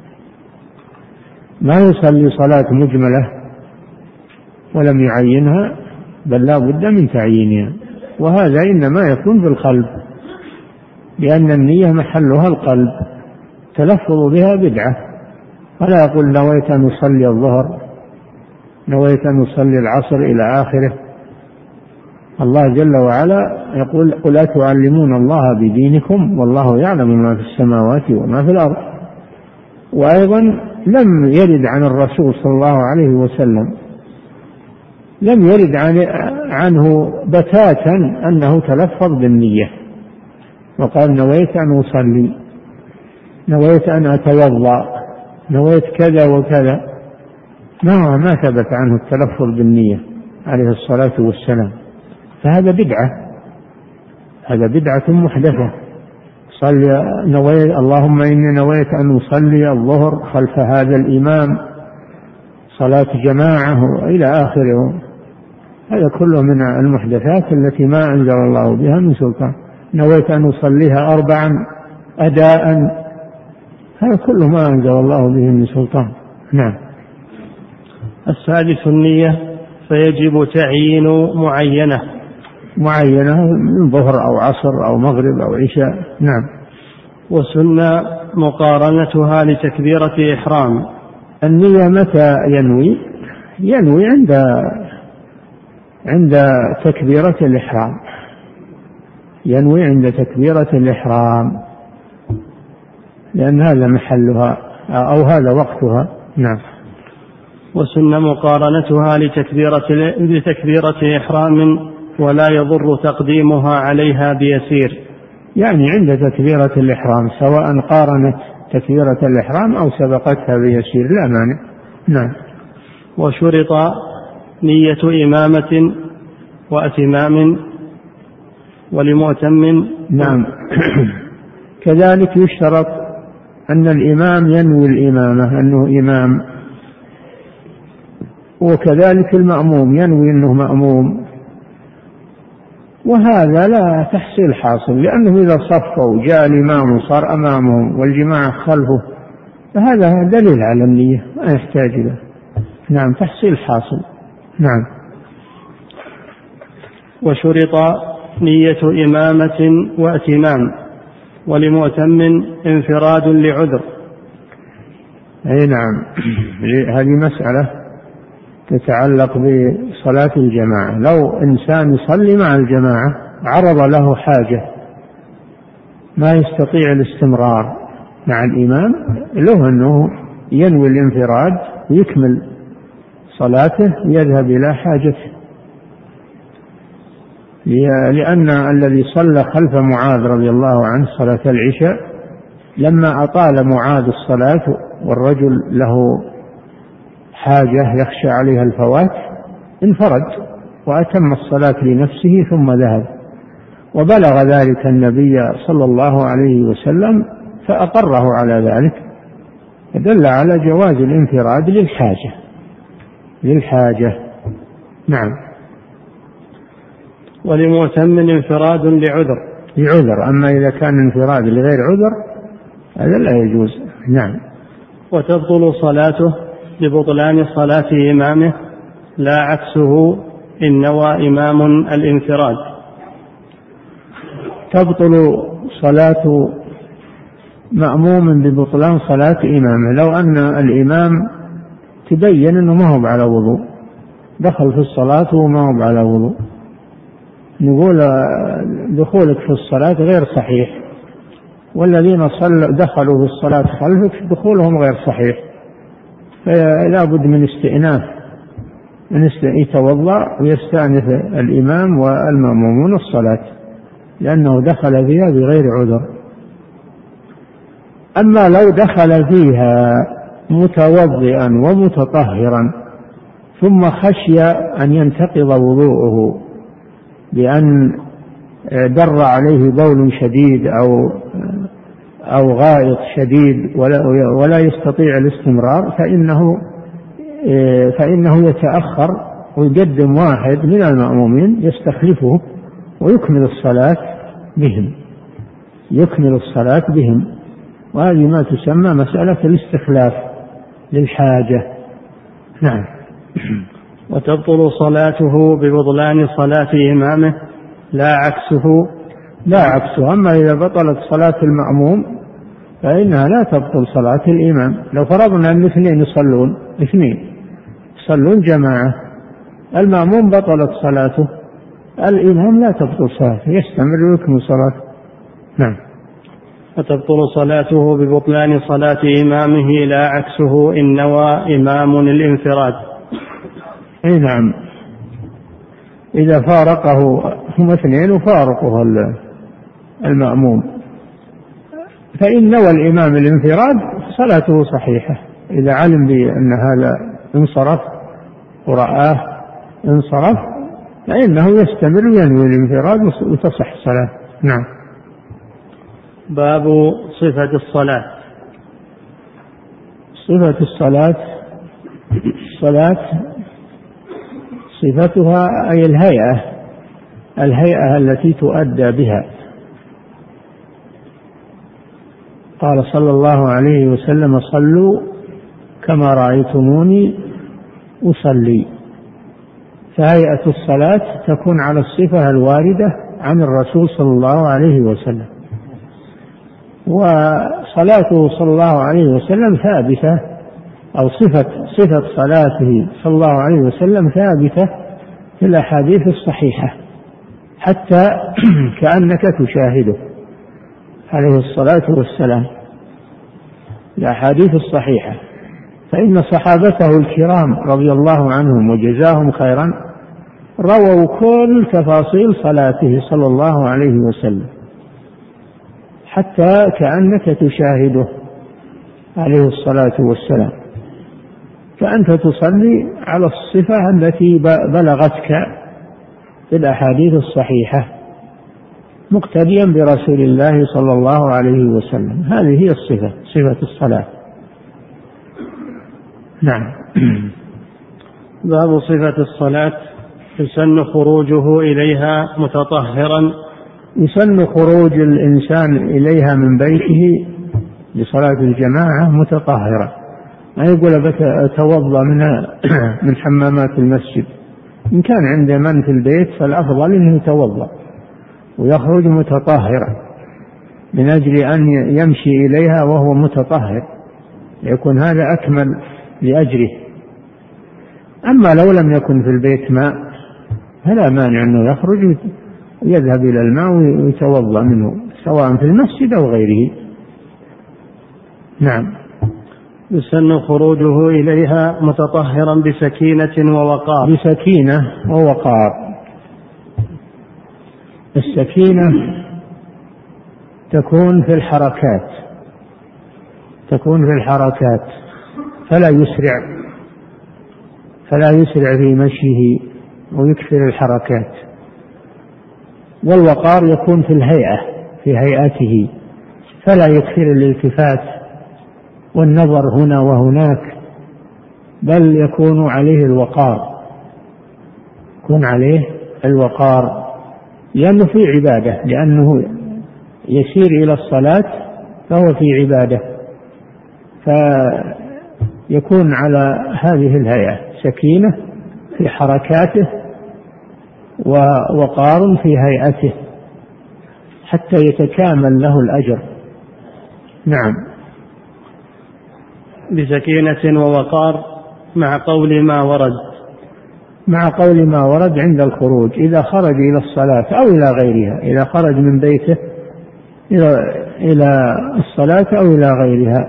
ما يصلي صلاة مجملة ولم يعينها، بل لا بد من تعيينها، وهذا إنما يكون بالقلب لأن النية محلها القلب، تلفظ بها بدعة، ولا يقول نويت أن أصلي الظهر، نويت أن أصلي العصر إلى آخره. الله جل وعلا يقول قل أتعلمون الله بدينكم والله يعلم ما في السماوات وما في الأرض. وأيضا لم يرد عن الرسول صلى الله عليه وسلم لم يرد عنه بتاتا أنه تلفظ بالنية وقال نويت أن أصلي، نويت أن أتوضأ، نويت كذا وكذا، ما ما ثبت عنه التلفظ بالنية عليه الصلاة والسلام، فهذا بدعة، هذا بدعة محدثة. صلي نويت اللهم إني نويت أن أصلي الظهر خلف هذا الإمام صلاة جماعة إلى آخره، هذا كله من المحدثات التي ما أنزل الله بها من سلطان. نويت أن أصليها أربعا أداء، هذا كله ما أنزل الله به من سلطان. نعم. السادس النية، فيجب تعيين معينة معينة من ظهر أو عصر أو مغرب أو عشاء. نعم. وسنة مقارنتها لتكبيرة إحرام. النية متى ينوي؟ ينوي عند عند تكبيرة الإحرام، ينوي عند تكبيرة الإحرام لأن هذا محلها أو هذا وقتها. نعم. وسن مقارنتها لتكبيرة لتكبيرة إحرام ولا يضر تقديمها عليها بيسير، يعني عند تكبيرة الإحرام سواء قارنت تكبيرة الإحرام أو سبقتها بيسير لا مانع. نعم. وشرط نية إمامة وأتمام ولمؤتم. نعم. كذلك يشترط أن الإمام ينوي الإمامة أنه إمام، وكذلك المأموم ينوي أنه مأموم، وهذا لا تحصيل حاصل، لأنه إذا صفوا جاء الإمام وصار أمامهم والجماعة خلفه فهذا دليل على النية ما يحتاج له. نعم. تحصيل حاصل. نعم. وشرط نية إمامة وأتمام ولمؤتم انفراد لعذر. أي نعم. هذه مسألة تتعلق بصلاة الجماعة. لو إنسان يصلي مع الجماعة عرض له حاجة ما يستطيع الاستمرار مع الإمام له أنه ينوي الانفراد ويكمل صلاته ويذهب إلى حاجته، لأن الذي صلى خلف معاذ رضي الله عنه صلاة العشاء لما أطال معاذ الصلاة والرجل له حاجة يخشى عليها الفوات انفرد وأتم الصلاة لنفسه ثم ذهب، وبلغ ذلك النبي صلى الله عليه وسلم فأقره على ذلك، فدل على جواز الانفراد للحاجة للحاجة نعم. ولمؤتم انفراد لعذر لعذر، أما إذا كان انفراد لغير عذر هذا لا يجوز. نعم. وتبطل صلاته لبطلان صلاة إمامه لا عكسه إن نوى إمام الانفراد. تبطل صلاة مأموم ببطلان صلاة إمامه لو أن الإمام تبين أنه ما هو على وضوء، دخل في الصلاة وما هو على وضوء، نقول دخولك في الصلاة غير صحيح، والذين دخلوا في الصلاة خلفك دخولهم غير صحيح، فلا بد من استئناف، من يتوضأ ويستأنف الإمام والمأمومون الصلاة لأنه دخل فيها بغير عذر. أما لو دخل فيها متوضئا ومتطهرا ثم خشي أن ينتقض وضوءه بأن در عليه بول شديد أو أو غائط شديد ولا, ولا يستطيع الاستمرار فإنه فإنه يتأخر ويقدم واحد من المأمومين يستخلفه ويكمل الصلاة بهم يكمل الصلاة بهم وهذه ما تسمى مسألة الاستخلاف للحاجة. نعم. وتبطل صلاته ببطلان صلاة إمامه لا عكسه لا عكسه. أما إذا بطلت صلاة المأموم فإنها لا تبطل صلاة الإمام. لو فرضنا أن اثنين يصلون اثنين يصلون جماعة، المأموم بطلت صلاته، الإمام لا تبطل صلاته، يستمر ويكمل صلاته. نعم. وتبطل صلاته ببطلان صلاة إمامه لا عكسه إن نوى إمام الانفراد. أي نعم. إذا فارقه هم اثنين وفارقه المأموم فإن نوى الإمام الانفراد صلاته صحيحة إذا علم بأن هذا انصرف ورآه انصرف فإنه يستمر ينوي الانفراد وتصح الصلاة. نعم. باب صفة الصلاة. صفة الصلاة الصلاة صفتها أي الهيئة الهيئة التي تؤدى بها. قال صلى الله عليه وسلم صلوا كما رأيتموني أصلي. فهيئة الصلاة تكون على الصفة الواردة عن الرسول صلى الله عليه وسلم، وصلاته صلى الله عليه وسلم ثابتة أو صفة صفة صلاته صلى الله عليه وسلم ثابتة في الأحاديث الصحيحة حتى كأنك تشاهده عليه الصلاة والسلام، الأحاديث الصحيحة. فإن صحابته الكرام رضي الله عنهم وجزاهم خيرا رووا كل تفاصيل صلاته صلى الله عليه وسلم حتى كأنك تشاهده عليه الصلاة والسلام، فأنت تصلي على الصفة التي بلغتك في الأحاديث الصحيحة مقتديا برسول الله صلى الله عليه وسلم. هذه هي الصفة، صفة الصلاة. نعم. باب صفة الصلاة. يسن خروجه إليها متطهرا. يسن خروج الإنسان إليها من بيته لصلاة الجماعة متطهرا، ما يقول أتوضأ من من حمامات المسجد. إن كان عند من في البيت فالأفضل أنه يتوضأ ويخرج متطهرا من أجل أن يمشي إليها وهو متطهر، يكون هذا أكمل لأجره. أما لو لم يكن في البيت ماء فلا مانع أنه يخرج ويذهب إلى الماء ويتوضأ منه سواء في المسجد أو غيره. نعم. يسن خروجه إليها متطهرا بسكينة ووقار. بسكينة ووقار. السكينة تكون في الحركات تكون في الحركات فلا يسرع فلا يسرع في مشيه ويكثر الحركات. والوقار يكون في الهيئة في هيئته فلا يكثر الالتفات والنظر هنا وهناك، بل يكون عليه الوقار يكون عليه الوقار لأنه في عبادة، لأنه يسير إلى الصلاة فهو في عبادة، فيكون على هذه الهيئة سكينة في حركاته ووقار في هيئته حتى يتكامل له الأجر. نعم. بسكينة ووقار مع قول ما ورد مع قول ما ورد عند الخروج، إذا خرج إلى الصلاة أو إلى غيرها، إذا خرج من بيته إلى الصلاة أو إلى غيرها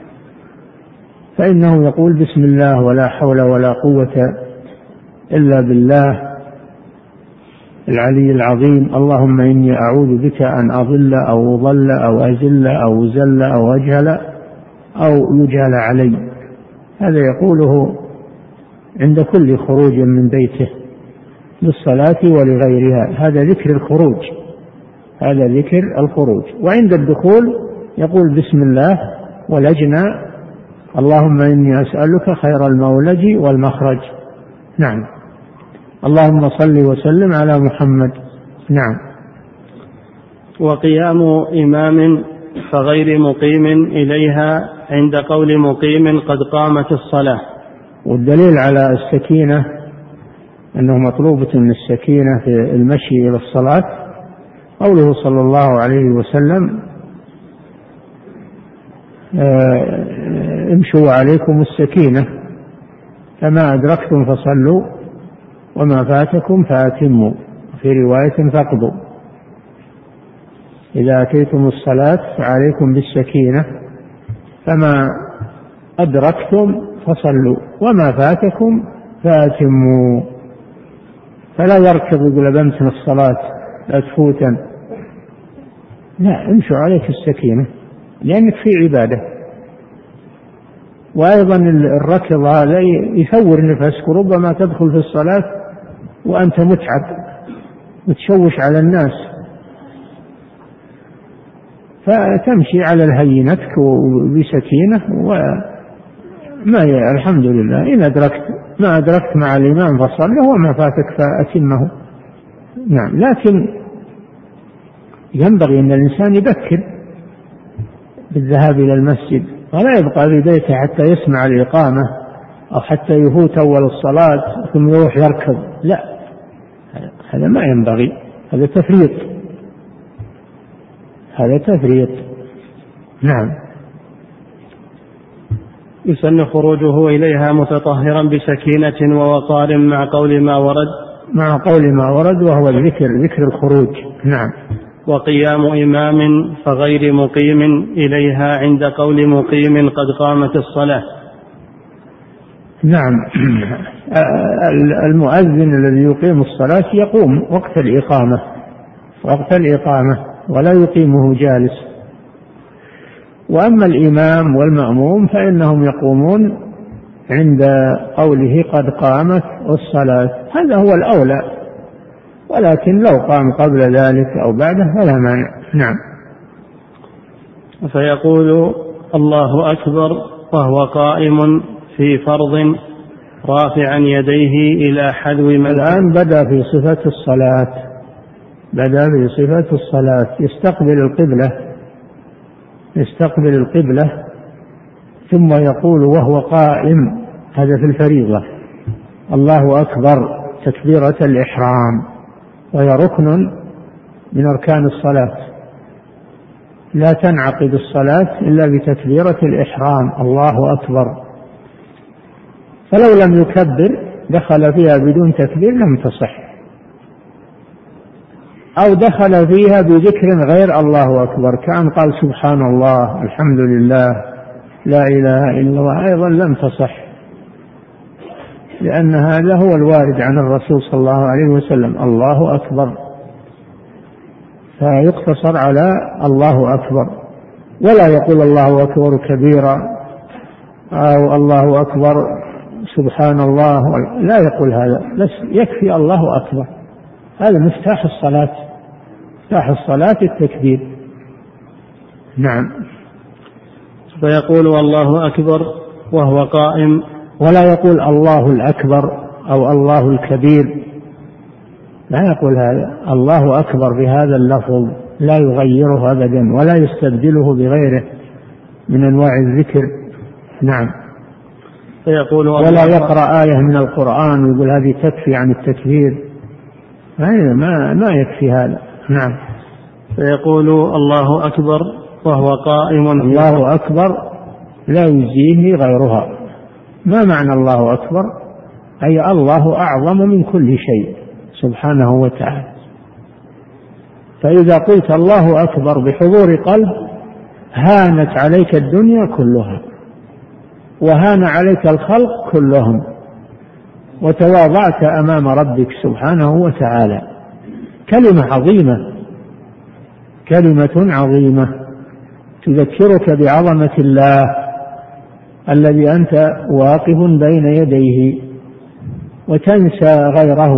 فإنه يقول بسم الله ولا حول ولا قوة إلا بالله العلي العظيم، اللهم إني أعوذ بك أن أضل أو أضل أو أزل أو أزل أو أجهل أو يجهل علي. هذا يقوله عند كل خروج من بيته للصلاة ولغيرها، هذا ذكر الخروج هذا ذكر الخروج. وعند الدخول يقول بسم الله ولجنا اللهم إني أسألك خير المولج والمخرج. نعم. اللهم صل وسلم على محمد. نعم. وقيام إمام فغير مقيم إليها عند قول مقيم قد قامت الصلاة. والدليل على السكينة أنه مطلوبة من السكينة في المشي إلى الصلاة قوله صلى الله عليه وسلم امشوا عليكم السكينة فما أدركتم فصلوا وما فاتكم فأتموا، في رواية فاقضوا. إذا أتيتم الصلاة فعليكم بالسكينة فما أدركتم فصلوا وما فاتكم فأتموا. فلا يركض يقول بمتن الصلاة لا تفوتا، لا، امشوا عليك السكينة لأنك في عبادة. وأيضا الركض هذا يثور نفسك، وربما تدخل في الصلاة وأنت متعب وتشوش على الناس، فتمشي على الهينتك بسكينة وما الحمد لله. إن أدركت ما أدركت مع الإمام فصله وما فاتك فأتمه. نعم. لكن ينبغي أن الإنسان يبكر بالذهاب إلى المسجد ولا يبقى في بيته حتى يسمع الإقامة أو حتى يفوت أول الصلاة ثم يروح يركض، لا، هذا ما ينبغي، هذا تفريط هذا تفريط. نعم. يسن خروجه إليها متطهرا بسكينة ووقار مع قول ما ورد مع قول ما ورد وهو الذكر ذكر الخروج. نعم. وقيام إمام فغير مقيم إليها عند قول مقيم قد قامت الصلاة. نعم. المؤذن الذي يقيم الصلاة يقوم وقت الإقامة وقت الإقامة ولا يقيمه جالس. وأما الإمام والمأموم فإنهم يقومون عند قوله قد قامت الصلاة، هذا هو الأولى، ولكن لو قام قبل ذلك أو بعده فلا مانع. نعم. فيقول الله أكبر وهو قائم في فرض رافعا يديه إلى حذو من. الآن بدأ في صفة الصلاة بدأ في صفة الصلاة يستقبل القبلة يستقبل القبلة ثم يقول وهو قائم، هذا في الفريضة، الله أكبر تكبيرة الإحرام، وهي ركن من أركان الصلاة، لا تنعقد الصلاة إلا بتكبيرة الإحرام الله أكبر، فلو لم يكبر دخل فيها بدون تكبير لم تصح. أو دخل فيها بذكر غير الله أكبر، كأن قال سبحان الله، الحمد لله، لا إله إلا الله، أيضا لم تصح، لأن هذا هو الوارد عن الرسول صلى الله عليه وسلم، الله أكبر، فيقتصر على الله أكبر، ولا يقول الله أكبر كبيرا أو الله أكبر سبحان الله، لا يقول هذا، بس يكفي الله أكبر. هذا مفتاح الصلاة، مفتاح الصلاة التكبير. نعم. فيقول الله أكبر وهو قائم، ولا يقول الله الأكبر أو الله الكبير، لا يقول هذا، الله أكبر بهذا اللفظ، لا يغيره أبدا ولا يستبدله بغيره من أنواع الذكر. نعم. فيقول ولا يقرأ آية من القرآن ويقول هذه تكفي عن التكبير، ما ما يكفي هذا. نعم. فيقول الله أكبر وهو قائم، الله أكبر لا يجزيه غيرها. ما معنى الله أكبر؟ أي الله أعظم من كل شيء سبحانه وتعالى. فإذا قلت الله أكبر بحضور قلب هانت عليك الدنيا كلها وهان عليك الخلق كلهم، وتواضعت أمام ربك سبحانه وتعالى. كلمة عظيمة، كلمة عظيمة تذكرك بعظمة الله الذي أنت واقف بين يديه، وتنسى غيره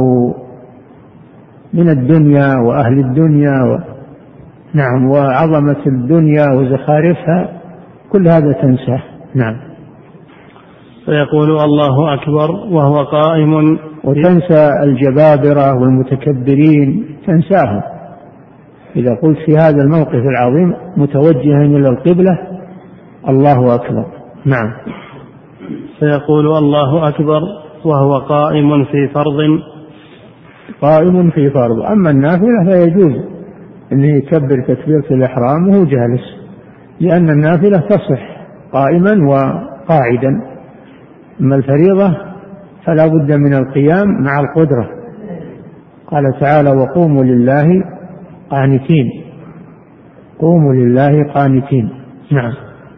من الدنيا وأهل الدنيا و... نعم، وعظمة الدنيا وزخارفها، كل هذا تنساه. نعم. فيقول الله أكبر وهو قائم، وتنسى الجبابرة والمتكبرين، تنساهم. إذا قلت في هذا الموقف العظيم متوجها إلى القبلة الله أكبر. نعم. فيقول الله أكبر وهو قائم في فرض، قائم في فرض. أما النافلة فيجوز أنه يكبر تكبيرة الإحرام وهو جالس، لأن النافلة تصح قائما وقاعدا. أما الفريضة فلا بد من القيام مع القدرة. قال تعالى وقوموا لله قانتين، قوموا لله قانتين. نعم.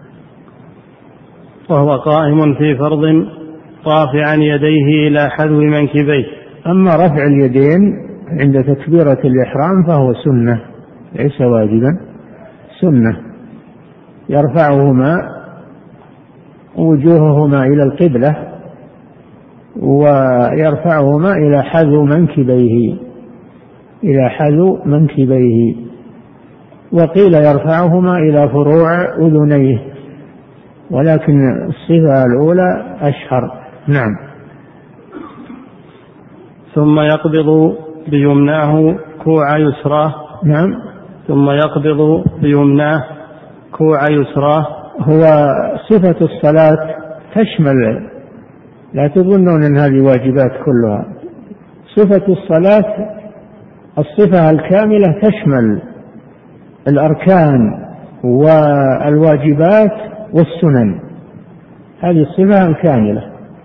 وهو قائم في فرض رافعا يديه إلى حذو منكبيه. أما رفع اليدين عند تكبيرة الإحرام فهو سنة ليس واجبا، سنة، يرفعهما وجوههما إلى القبلة ويرفعهما إلى حذو منكبيه، إلى حذو منكبيه، وقيل يرفعهما إلى فروع أذنيه، ولكن الصفة الأولى أشهر. نعم. ثم يقبض بيمناه كوع يسراه. نعم. ثم يقبض بيمناه كوع يسراه. هو صفة الصلاة تشمل، لا تظنون أن هذه واجبات كلها، صفة الصلاة الصفة الكاملة تشمل الأركان والواجبات والسنن، هذه الصفة الكاملة.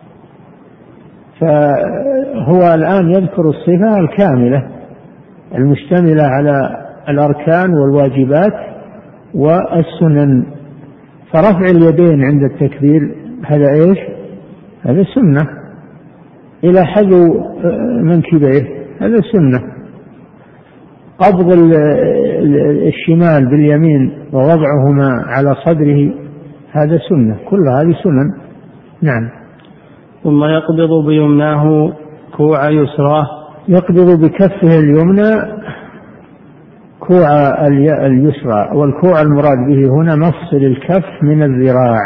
فهو الآن يذكر الصفة الكاملة المشتملة على الأركان والواجبات والسنن. فرفع اليدين عند التكبير هذا إيش؟ هذا سنة، إلى حذو منكبيه هذا سنة. قبض الشمال باليمين ووضعهما على صدره هذا سنة، كل هذه سنن. نعم. ثم يقبض بيمناه كوع يسراه. يقبض بكفه اليمنى كوع اليسرى، والكوع المراد به هنا مفصل الكف من الذراع،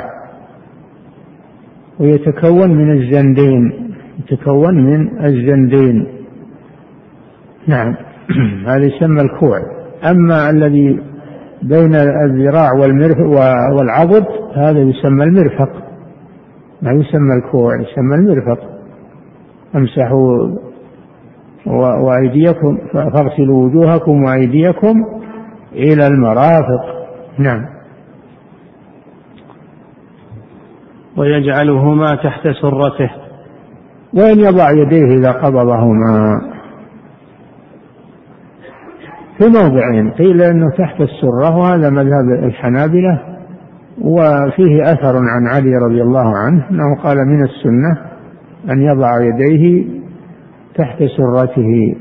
ويتكون من الزندين، يتكون من الزندين. نعم. هذا يسمى الكوع. أما الذي بين الذراع والعضد هذا يسمى المرفق، ما يسمى الكوع، يسمى المرفق. امسحوا وأيديكم فاغسلوا وجوهكم وأيديكم إلى المرافق. نعم. ويجعلهما تحت سرته. وإن يضع يديه إذا قبضهما. في موضعين، قيل أنه تحت السرة وهذا مذهب الحنابلة، وفيه أثر عن علي رضي الله عنه أنه قال من السنة أن يضع يديه تحت سرته.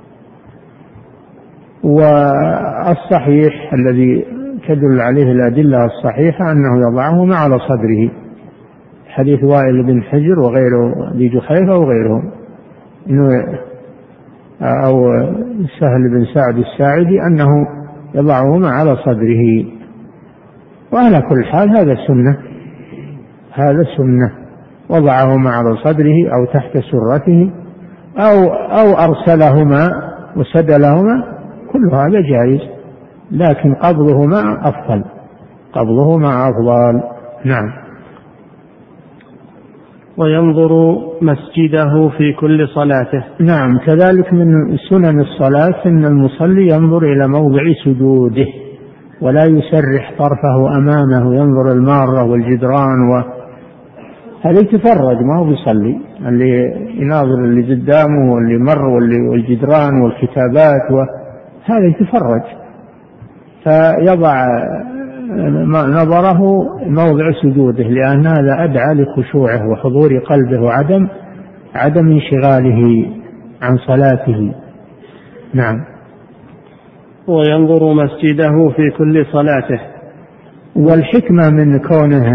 والصحيح الذي تدل عليه الأدلة الصحيحة أنه يضعه مع على صدره، حديث وائل بن حجر وغيره لجحيفة وغيره، إنه أو سهل بن سعد الساعدي أنه يضعهما على صدره. وعلى كل حال هذا سنة، هذا سنة، وضعهما على صدره أو تحت سرته أو أو أرسلهما وسدلهما، كل هذا جائز، لكن قبضهما أفضل، قبضهما أفضل. نعم. وينظر مسجده في كل صلاته. نعم، كذلك من سنن الصلاة أن المصلي ينظر إلى موضع سجوده ولا يسرح طرفه أمامه، ينظر المارة والجدران، و هذا يتفرج، ما هو بيصلي، اللي يناظر اللي قدامه واللي مر والجدران والكتابات، وهذا يتفرج، فيضع نظره موضع سجوده، لأن هذا أدعى لخشوعه وحضور قلبه وعدم عدم انشغاله عن صلاته. نعم. وينظر مسجده في كل صلاته. والحكمة من كونه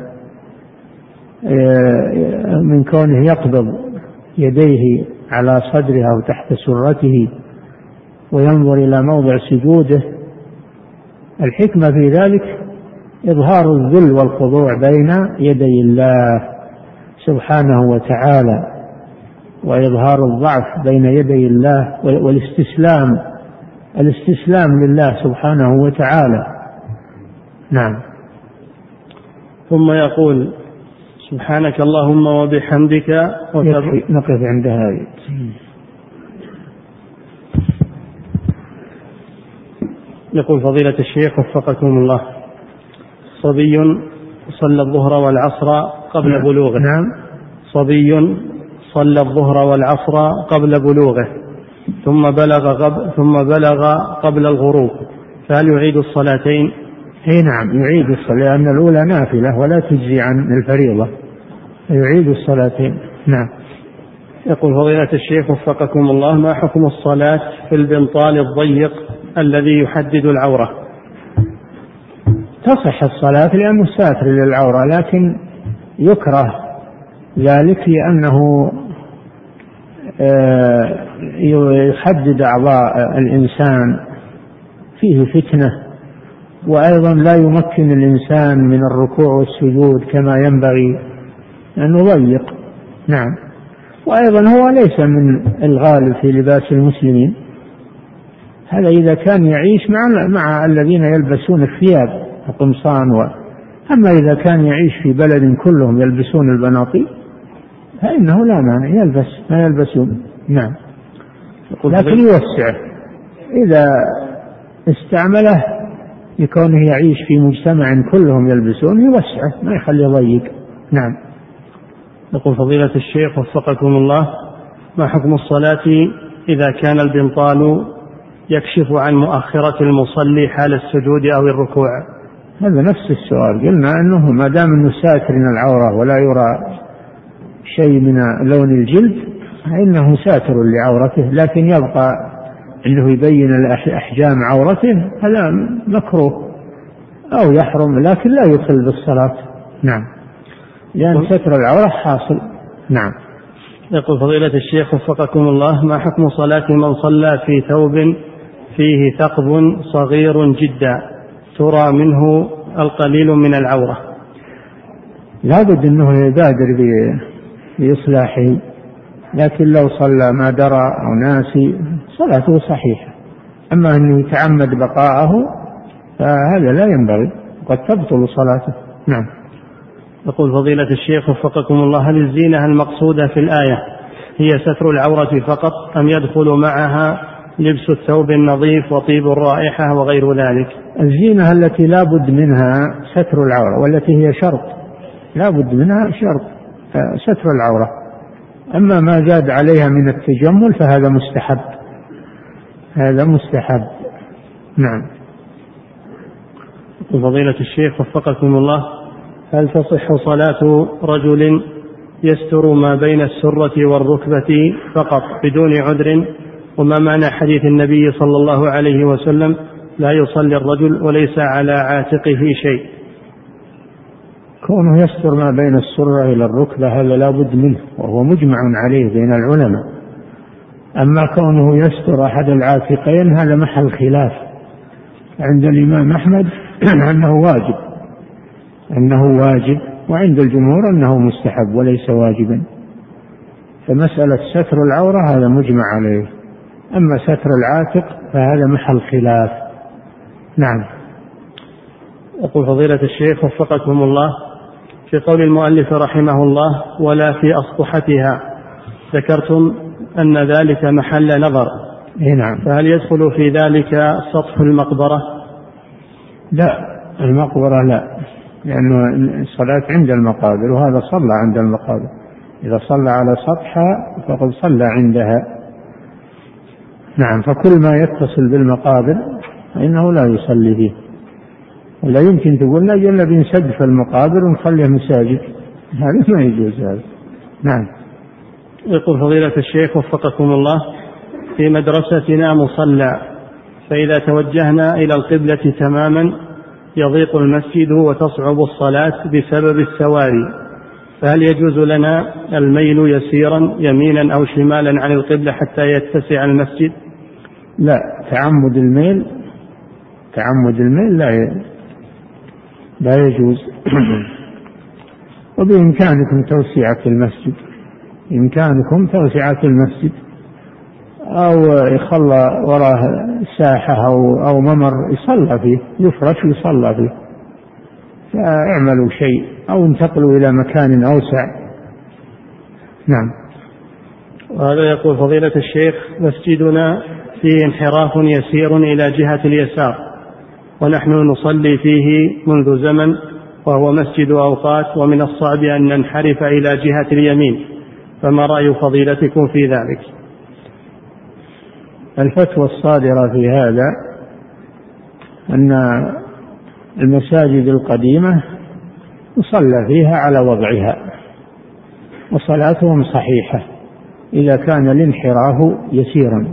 من كونه يقبض يديه على صدره أو تحت سرته وينظر إلى موضع سجوده، الحكمة في ذلك إظهار الذل والخضوع بين يدي الله سبحانه وتعالى، وإظهار الضعف بين يدي الله، والاستسلام الاستسلام لله سبحانه وتعالى. نعم. ثم يقول سبحانك اللهم وبحمدك. نقف عند هذه. يقول فضيلة الشيخ وفقكم الله: صبي صلى الظهر والعصر قبل بلوغه. نعم. صبي صلى الظهر والعصر قبل بلوغه ثم بلغ قبل ثم بلغ قبل الغروب، فهل يعيد الصلاتين؟ اي نعم، يعيد الصلاة، لأن الأولى نافلة ولا تجزي عن الفريضة، يعيد الصلاتين. نعم. يقول فضيلة الشيخ وفقكم الله: ما حكم الصلاة في البنطال الضيق الذي يحدد العورة؟ تصح الصلاة لأنه ساتر للعورة، لكن يكره ذلك لأنه يحدد أعضاء الإنسان، فيه فتنة، وأيضا لا يمكن الإنسان من الركوع والسجود كما ينبغي لأنه ضيق. نعم. وأيضا هو ليس من الغالب في لباس المسلمين، هذا إذا كان يعيش مع مع الذين يلبسون الثياب القمصان، و أما إذا كان يعيش في بلد كلهم يلبسون البناطيل فإنه لا مانع يلبس ما يلبسون. نعم. لكن يوسع إذا استعمله لكونه يعيش في مجتمع كلهم يلبسون، يوسعه ما يخلي ضيق. نعم. يقول فضيلة الشيخ وفقكم الله: ما حكم الصلاة إذا كان البنطال يكشف عن مؤخرة المصلي حال السجود أو الركوع؟ هذا نفس السؤال، قلنا أنه ما دام أنه ساتر من العورة ولا يرى شيء من لون الجلد فإنه ساتر لعورته، لكن يبقى أنه يبين أحجام عورته هذا مكروه أو يحرم، لكن لا يدخل بالصلاة. نعم، لأن ستر العورة حاصل. نعم. يقول فضيلة الشيخ وفقكم الله: ما حكم صلاة من صلى في ثوب فيه ثقب صغير جدا ترى منه القليل من العورة؟ لا بد أنه يبادر بإصلاحه، لكن لو صلى ما درى أو ناسي صلاته صحيحة، أما أنه يتعمد بقاءه فهذا لا ينبغي، قد تبطل صلاته. نعم. يقول فضيلة الشيخ وفقكم الله: هل الزينة المقصودة في الآية هي ستر العورة فقط أم يدخل معها لبس الثوب النظيف وطيب الرائحة وغير ذلك؟ الزينة التي لا بد منها ستر العورة، والتي هي شرط لا بد منها شرط ستر العورة، أما ما زاد عليها من التجمل فهذا مستحب، هذا مستحب. نعم. فضيلة الشيخ وفقكم الله، هل تصح صلاة رجل يستر ما بين السرة والركبة فقط بدون عذر؟ وما معنى حديث النبي صلى الله عليه وسلم لا يصلي الرجل وليس على عاتقه شيء؟ كونه يستر ما بين السرة إلى الركبة هذا لا بد منه، وهو مجمع عليه بين العلماء. أما كونه يستر أحد العاتقين هذا محل خلاف عند الإمام أحمد أنه واجب أنه واجب وعند الجمهور أنه مستحب وليس واجبا. فمسألة ستر العورة هذا مجمع عليه، أما ستر العاتق فهذا محل خلاف. نعم. يقول فضيلة الشيخ وفقكم الله، في قول المؤلف رحمه الله ولا في أسطحتها ذكرتم أن ذلك محل نظر. نعم. فهل يدخل في ذلك سطح المقبرة؟ لا، المقبرة لا، لأنه الصلاة عند المقابر، وهذا صلى عند المقابر. إذا صلى على سطحها فقد صلى عندها. نعم. فكل ما يتصل بالمقابر فإنه لا يصلي فيه. ولا يمكن تقول لا جل بنسقف المقابر ونخليها مساجد، هذا ما يجوز هذا. نعم. يقول فضيلة الشيخ وفقكم الله، في مدرستنا مصلى، فإذا توجهنا إلى القبلة تماما يضيق المسجد وتصعب الصلاة بسبب السواري، فهل يجوز لنا الميل يسيرا يمينا أو شمالا عن القبلة حتى يتسع المسجد؟ لا، تعمد الميل تعمد الميل لا لا يجوز. وبإمكانكم توسعة المسجد، إمكانكم توسعة المسجد، أو يخلى وراه ساحة أو, أو ممر يصلى فيه، يفرش ويصلى فيه، فاعملوا شيء أو انتقلوا إلى مكان أوسع. نعم. وهذا يقول فضيلة الشيخ، مسجدنا فيه انحراف يسير إلى جهة اليسار، ونحن نصلي فيه منذ زمن، وهو مسجد أوقات، ومن الصعب أن ننحرف إلى جهة اليمين، فما رأي فضيلتكم في ذلك؟ الفتوى الصادرة في هذا أن المساجد القديمة يصلى فيها على وضعها وصلاتهم صحيحة إذا كان الانحراف يسيرا،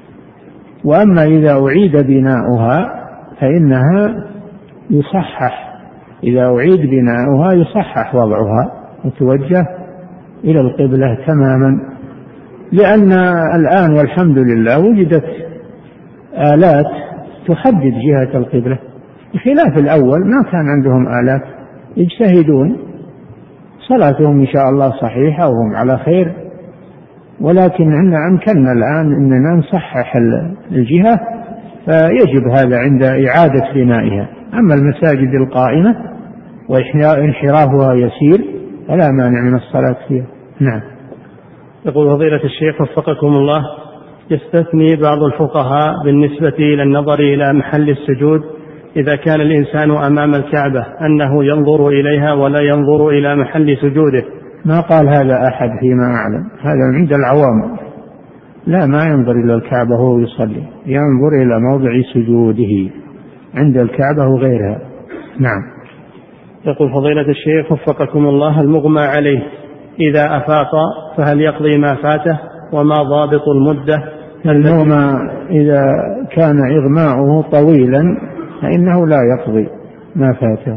وأما إذا أعيد بناؤها فإنها يصحح، إذا أعيد بناؤها يصحح وضعها وتوجه إلى القبلة تماما، لأن الآن والحمد لله وجدت آلات تحدد جهة القبلة، بخلاف الأول ما كان عندهم آلات، يجتهدون، صلاتهم إن شاء الله صحيحة وهم على خير، ولكن عندنا أمكننا الآن أننا نصحح الجهة، فيجب هذا عند إعادة بنائها. أما المساجد القائمة وانحرافها يسير فلا مانع من الصلاة فيها. نعم. يقول فضيلة الشيخ وفقكم الله، يستثني بعض الفقهاء بالنسبة إلى النظر إلى محل السجود إذا كان الإنسان أمام الكعبة أنه ينظر إليها ولا ينظر إلى محل سجوده. ما قال هذا أحد فيما أعلم، هذا عند العوام، لا ما ينظر إلى الكعبة وهو يصلي، ينظر إلى موضع سجوده عند الكعبة وغيرها. نعم. يقول فضيلة الشيخ وفقكم الله، المغمى عليه إذا أفاق فهل يقضي ما فاته؟ وما ضابط المدة؟ المغمى إذا كان إغماؤه طويلا فإنه لا يقضي ما فاته،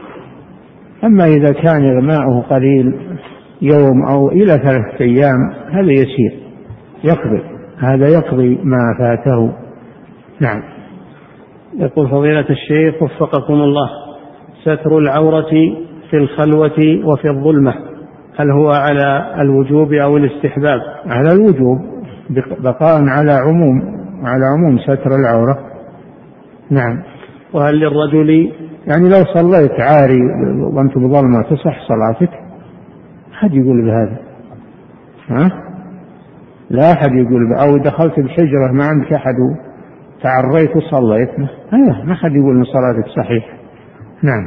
أما إذا كان إغماؤه قليل يوم أو إلى ثلاثة أيام هذا يسير يقضي، هذا يقضي ما فاته. نعم. يقول فضيلة الشيخ وفقكم الله، ستر العورة في الخلوة وفي الظلمة هل هو على الوجوب أو الاستحباب؟ على الوجوب، بقاء على عموم على عموم ستر العورة. نعم. وهل للرجل يعني لو صليت عاري وأنت بظلمة تصح صلاتك؟ أحد يقول بهذا؟ ها؟ لا أحد يقول بهذا. أو دخلت بحجرة ما عندك أحد تعريت وصليت، أيوة ما أحد يقول إن صلاتك صحيح. نعم.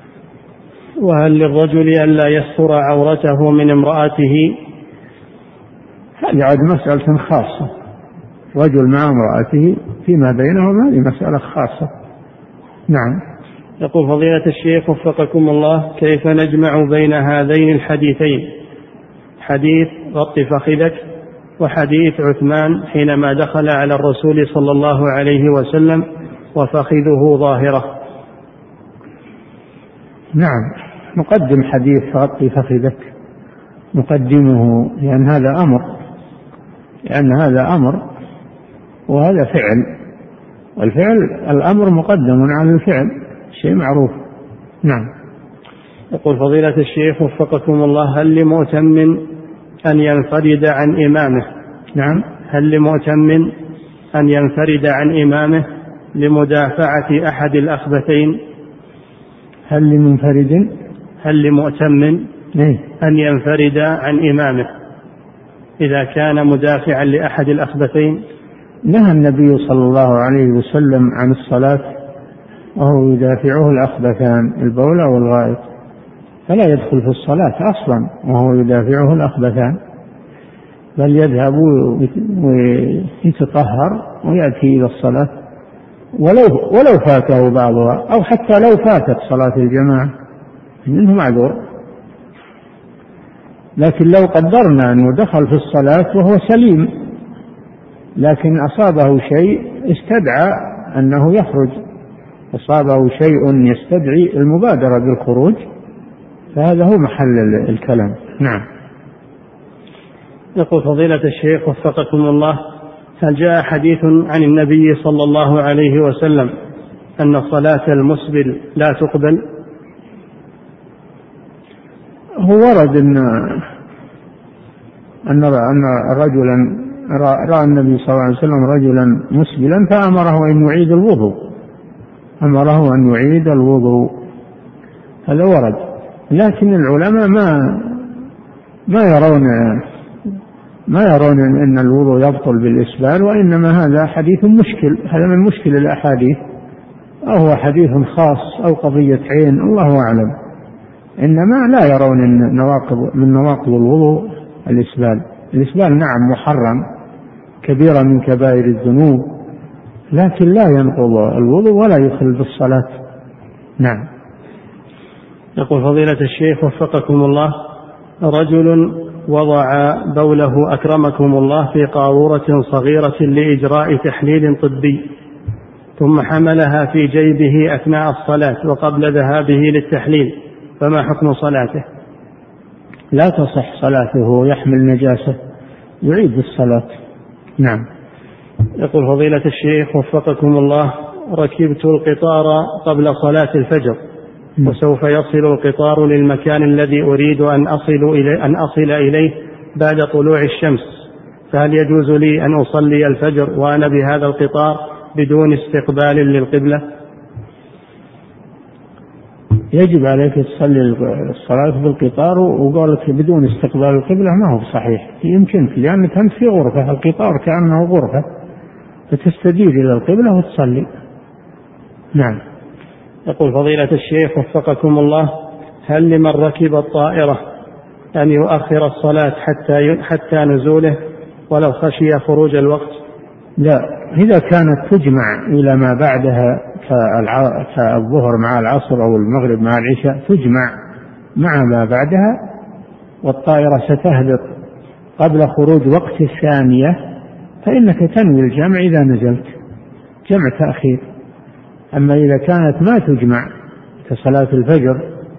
وهل للرجل ألا يستر عورته من امرأته؟ هذه عاد مسألة خاصة، رجل مع امرأته فيما بينهم هذه مسألة خاصة. نعم. يقول فضيلة الشيخ وفقكم الله: كيف نجمع بين هذين الحديثين، حديث غط فخذك وحديث عثمان حينما دخل على الرسول صلى الله عليه وسلم وفخذه ظاهرة؟ نعم، نقدم حديث غط فخذك، نقدمه لأن هذا أمر، لأن هذا أمر وهذا فعل، والفعل الأمر مقدم على الفعل، شيء معروف. نعم. يقول فضيلة الشيخ وفقكم الله: هل لمؤتم أن ينفرد عن إمامه؟ نعم. هل لمؤتم أن ينفرد عن إمامه لمدافعة أحد الأخبثين؟ هل لمنفرد هل لمؤتم إيه؟ أن ينفرد عن إمامه إذا كان مدافعا لأحد الأخبثين؟ نهى النبي صلى الله عليه وسلم عن الصلاة وهو يدافعه الأخبثان، البول والغائط، فلا يدخل في الصلاة أصلا وهو يدافعه الأخبثان، بل يذهب ويتطهر ويأتي إلى الصلاة ولو, ولو فاته بعضها، أو حتى لو فاتت صلاة الجماعة منه معذور. لكن لو قدرنا أنه دخل في الصلاة وهو سليم لكن أصابه شيء استدعى أنه يخرج، أصابه شيء يستدعي المبادرة بالخروج، فهذا هو محل الكلام. نعم. يقول فضيلة الشيخ وفقكم الله: هل جاء حديث عن النبي صلى الله عليه وسلم أن صلاة المسبل لا تقبل؟ هو ورد أن أن أن رجلا رأى النبي صلى الله عليه وسلم رجلا مسبلا فأمره أن يعيد الوضوء، أمره أن يعيد الوضوء، هذا ورد. لكن العلماء ما ما يرون ما يرون أن الوضوء يبطل بالإسبال، وإنما هذا حديث مشكل، هذا من مشكل الأحاديث، أو هو حديث خاص أو قضية عين، الله أعلم. إنما لا يرون أن نواقض من نواقض الوضوء الإسبال. الإسبال نعم محرم، كبيرة من كبائر الذنوب، لكن لا ينقض الوضوء ولا يخل بالصلاة. نعم. يقول فضيلة الشيخ وفقكم الله: رجل وضع بوله أكرمكم الله في قارورة صغيرة لإجراء تحليل طبي، ثم حملها في جيبه أثناء الصلاة وقبل ذهابه للتحليل، فما حكم صلاته؟ لا تصح صلاته، يحمل نجاسة، يعيد الصلاة. نعم. يقول فضيلة الشيخ وفقكم الله: ركبت القطار قبل صلاة الفجر وسوف يصل القطار للمكان الذي أريد أن أصل إليه, أن أصل إليه بعد طلوع الشمس، فهل يجوز لي أن أصلي الفجر وأنا بهذا القطار بدون استقبال للقبلة؟ يجب عليك تصلي الصلاة بالقطار، وقالك بدون استقبال القبلة ما هو صحيح، يمكنك لأنك أنت في غرفة، القطار كأنه غرفة، فتستدير إلى القبلة وتصلي. نعم. يقول فضيلة الشيخ وفقكم الله: هل لمن ركب الطائرة أن يؤخر الصلاة حتى حتى نزوله ولو خشي خروج الوقت؟ لا، إذا كانت تجمع إلى ما بعدها كالظهر مع العصر أو المغرب مع العشاء، تجمع مع ما بعدها والطائرة ستهبط قبل خروج وقت الثانية، فإنك تنوي الجمع إذا نزلت، جمع تأخير. أما إذا كانت ما تجمع كصلاة الفجر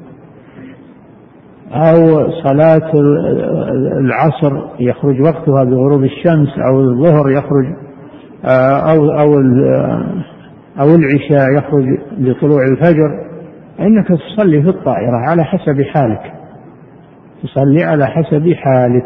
أو صلاة العصر يخرج وقتها بغروب الشمس، أو الظهر يخرج أو أو أو العشاء يخرج بطلوع الفجر، فإنك تصلي في الطائرة على حسب حالك، تصلي على حسب حالك.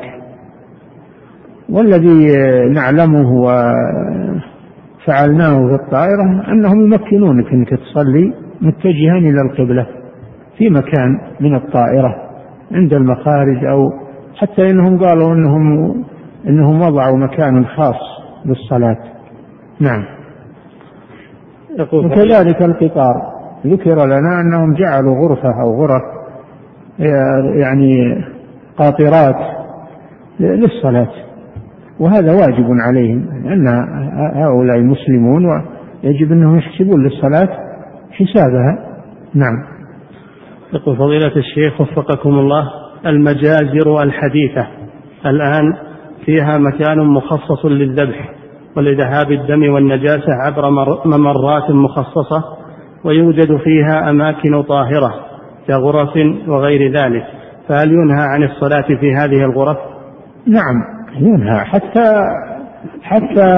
والذي نعلمه وفعلناه في الطائرة أنهم يمكنونك أنك تصلي متجها إلى القبلة في مكان من الطائرة عند المخارج، أو حتى إنهم قالوا إنهم إنهم وضعوا مكان خاص للصلاة. نعم. وكذلك القطار ذكر لنا أنهم جعلوا غرفة أو غرف يعني قاطرات للصلاة، وهذا واجب عليهم، لأن هؤلاء مسلمون ويجب أنهم يحسبون للصلاة حسابها. نعم. يقول فضيلة الشيخ وفقكم الله: المجازر الحديثة الآن فيها مكان مخصص للذبح ولذهاب الدم والنجاسة عبر ممرات مخصصة، ويوجد فيها أماكن طاهرة كغرف وغير ذلك، فهل ينهى عن الصلاة في هذه الغرف؟ نعم ينهى، حتى حتى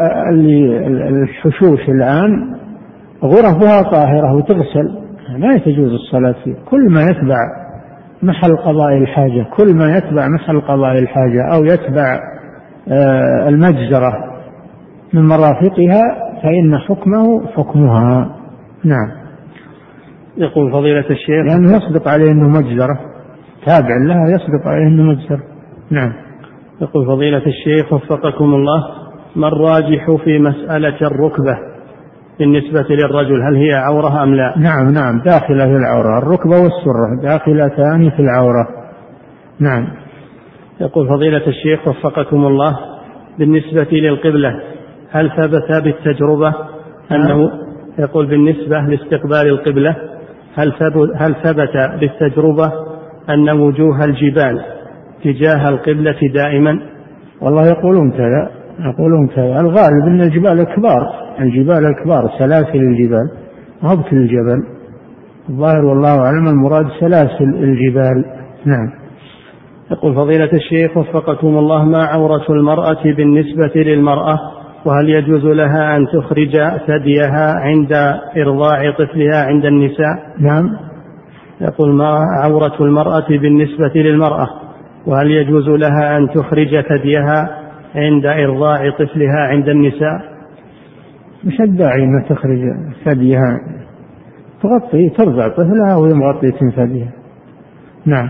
الحشوش الآن غرفها طاهرة وتغسل، لا يجوز الصلاة فيه. كل ما يتبع محل قضاء الحاجة كل ما يتبع محل قضاء الحاجة أو يتبع المجزرة من مرافقها فإن حكمه حكمها. نعم. يقول فضيلة الشيخ: لأنه يعني يصدق عليه أنه مجزرة، تابع لها يصدق عليه أنه مجزرة. نعم. يقول فضيلة الشيخ وفقكم الله: ما الراجح في مسألة الركبة بالنسبة للرجل، هل هي عورة أم لا؟ نعم نعم داخلة في العورة، الركبة والسرة داخلتان في العورة. نعم. يقول فضيلة الشيخ وفقكم الله: بالنسبة للقبلة هل ثبت بالتجربة أنه يقول بالنسبة لاستقبال القبلة هل ثبت, هل ثبت بالتجربة أن وجوه الجبال تجاه القبلة دائما؟ والله يقولون كذا يقولون كذا الغالب أن الجبال الكبار الجبال الكبار سلاسل الجبال، هو كل الجبل الظاهر والله أعلم المراد سلاسل الجبال. نعم. يقول فضيلة الشيخ وفقكم الله: ما عورة المرأة بالنسبة للمرأة، وهل يجوز لها أن تخرج ثديها عند إرضاع طفلها عند النساء؟ نعم. يقول: ما عورة المرأة بالنسبة للمرأة، وهل يجوز لها أن تخرج ثديها عند إرضاع طفلها عند النساء؟ مش الداعي أن تخرج ثديها، تغطي ترضع طفلها وهي مغطية ثديها. نعم.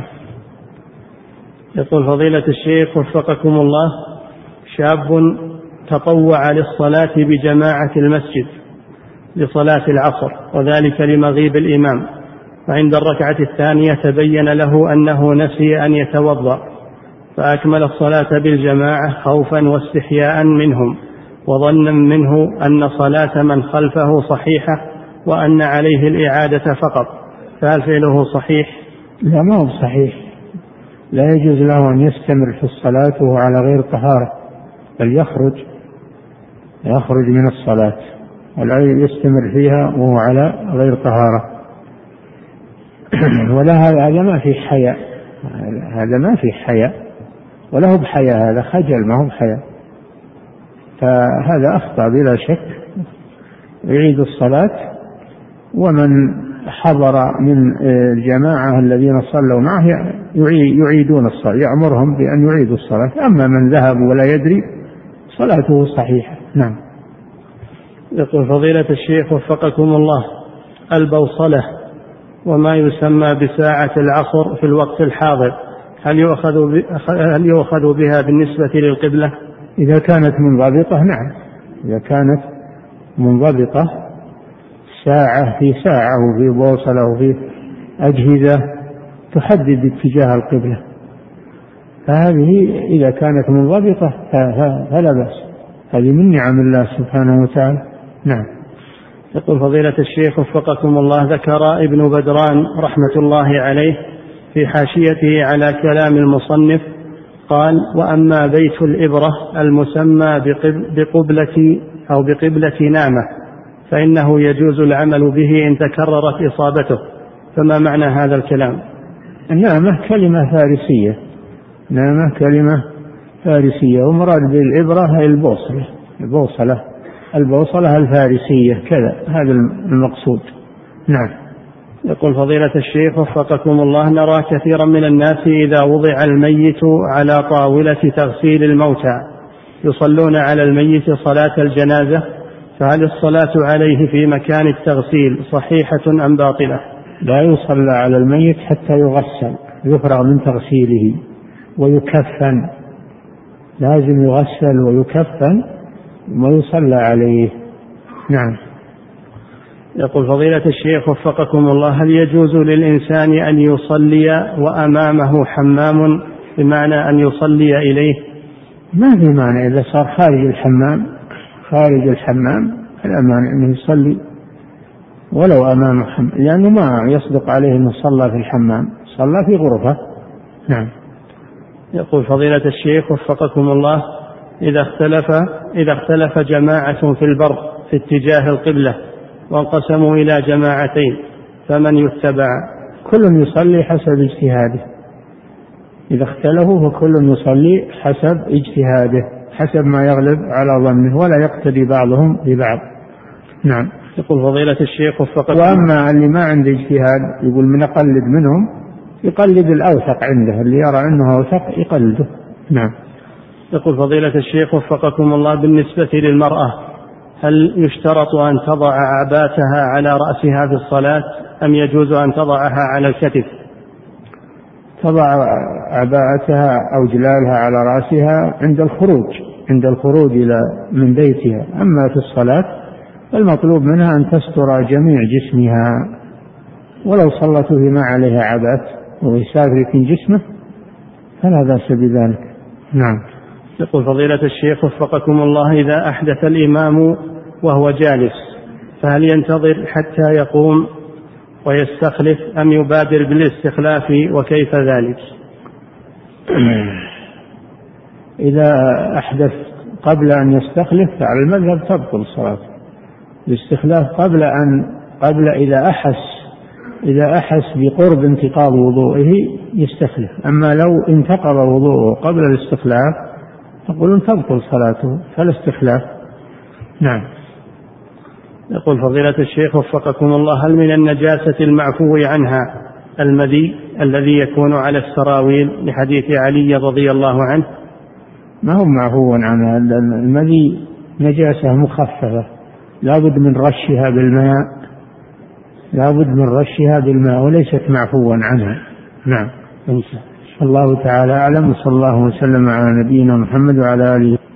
يقول فضيلة الشيخ وفقكم الله: شاب تطوع للصلاة بجماعة المسجد لصلاة العصر وذلك لمغيب الإمام، وعند الركعة الثانية تبين له أنه نسي أن يتوضأ، فأكمل الصلاة بالجماعة خوفا واستحياء منهم وظنا منه أن صلاة من خلفه صحيحة وأن عليه الإعادة فقط، فهل فعله صحيح؟ لا ما هو صحيح، لا يجوز له أن يستمر في الصلاة وهو على غير طهارة، بل يخرج يخرج من الصلاة ولا يستمر فيها وهو على غير طهارة. ولا هذا ما فيه حياء، هذا ما فيه حياء ولا هو بحياء، هذا خجل ما هو بحياء، فهذا أخطأ بلا شك، يعيد الصلاة. ومن حضر من الجماعة الذين صلوا معه يعيدون الصلاة، يأمرهم بأن يعيدوا الصلاة، أما من ذهب ولا يدري صلاته صحيحة. نعم. يقول فضيلة الشيخ وفقكم الله: البوصلة وما يسمى بساعة العصر في الوقت الحاضر هل يؤخذ هل يؤخذ بها بالنسبة للقبلة؟ إذا كانت منضبطة نعم، إذا كانت منضبطة ساعة في ساعة وفي بوصلة وفي أجهزة تحدد اتجاه القبلة، فهذه إذا كانت منضبطة فلا بأس، هذه من نعم الله سبحانه وتعالى. نعم. يقول فضيلة الشيخ وفقكم الله: ذكر ابن بدران رحمة الله عليه في حاشيته على كلام المصنف قال: وأما بيت الإبرة المسمى بقبلة أو بقبلة نامة فإنه يجوز العمل به إن تكررت إصابته، فما معنى هذا الكلام؟ النامة كلمة فارسية، نامة كلمة فارسية، ومراد بالإبرة هي البوصلة البوصلة البوصلة الفارسية كذا، هذا المقصود. نعم. يقول فضيلة الشيخ وفقكم الله: نرى كثيرا من الناس إذا وضع الميت على طاولة تغسيل الموتى يصلون على الميت صلاة الجنازة، فهل الصلاة عليه في مكان التغسيل صحيحة أم باطلة؟ لا يصلى على الميت حتى يغسل، يفرغ من تغسيله ويكفن، لازم يغسل ويكفن ويصلى عليه. نعم. يقول فضيلة الشيخ وفقكم الله: هل يجوز للإنسان أن يصلي وأمامه حمام، بمعنى أن يصلي إليه ما في مانع إذا صار خارج الحمام، خارج الحمام لا مانع أنه يصلي ولو أمام حمام، لأنه ما يصدق عليه أنه صلى في الحمام، صلى في غرفة. نعم. يقول فضيلة الشيخ وفقكم الله، إذا اختلف إذا اختلف جماعة في البر في اتجاه القبلة وانقسموا إلى جماعتين فمن يتبع؟ كل يصلي حسب اجتهاده، إذا اختلفوا فكل يصلي حسب اجتهاده، حسب ما يغلب على ظنه، ولا يقتدي بعضهم ببعض. نعم. يقول فضيلة الشيخ وفقكم. وأما اللي ما عنده اجتهاد يقول من أقلد منهم، يقلد الأوثق عنده، اللي يرى أنه أوثق يقلده. نعم. يقول فضيلة الشيخ وفقكم الله، بالنسبة للمرأة هل يشترط أن تضع عباتها على رأسها في الصلاة أم يجوز أن تضعها على الكتف؟ تضع عباءتها أو جلالها على رأسها عند الخروج عند الخروج إلى من بيتها، أما في الصلاة المطلوب منها أن تستر جميع جسمها، ولو صلت ما عليها عبات ويسافر في جسمه فلا بأس بذلك. نعم. يقول فضيلة الشيخ وفقكم الله، إذا أحدث الإمام وهو جالس فهل ينتظر حتى يقوم ويستخلف أم يبادر بالاستخلاف وكيف ذلك؟ إذا أحدث قبل أن يستخلف فعلى المذهب تبطل صلاته. الاستخلاف قبل أن قبل إذا أحس إذا أحس بقرب انتقاض وضوئه يستخلف، أما لو انتقض وضوءه قبل الاستخلاف تقولون تبطل صلاته فلا استخلاف. نعم. يقول فضيلة الشيخ وفقكم الله، هل من النجاسة المعفو عنها المذي الذي يكون على السراويل لحديث علي رضي الله عنه؟ ما هو معفو عنها، المذي نجاسة مخففة لا بد من رشها بالماء لا بد من رشها بالماء وليست معفوا عنها. نعم. الله تعالى أعلم، صلى الله وسلم على نبينا محمد وعلى آله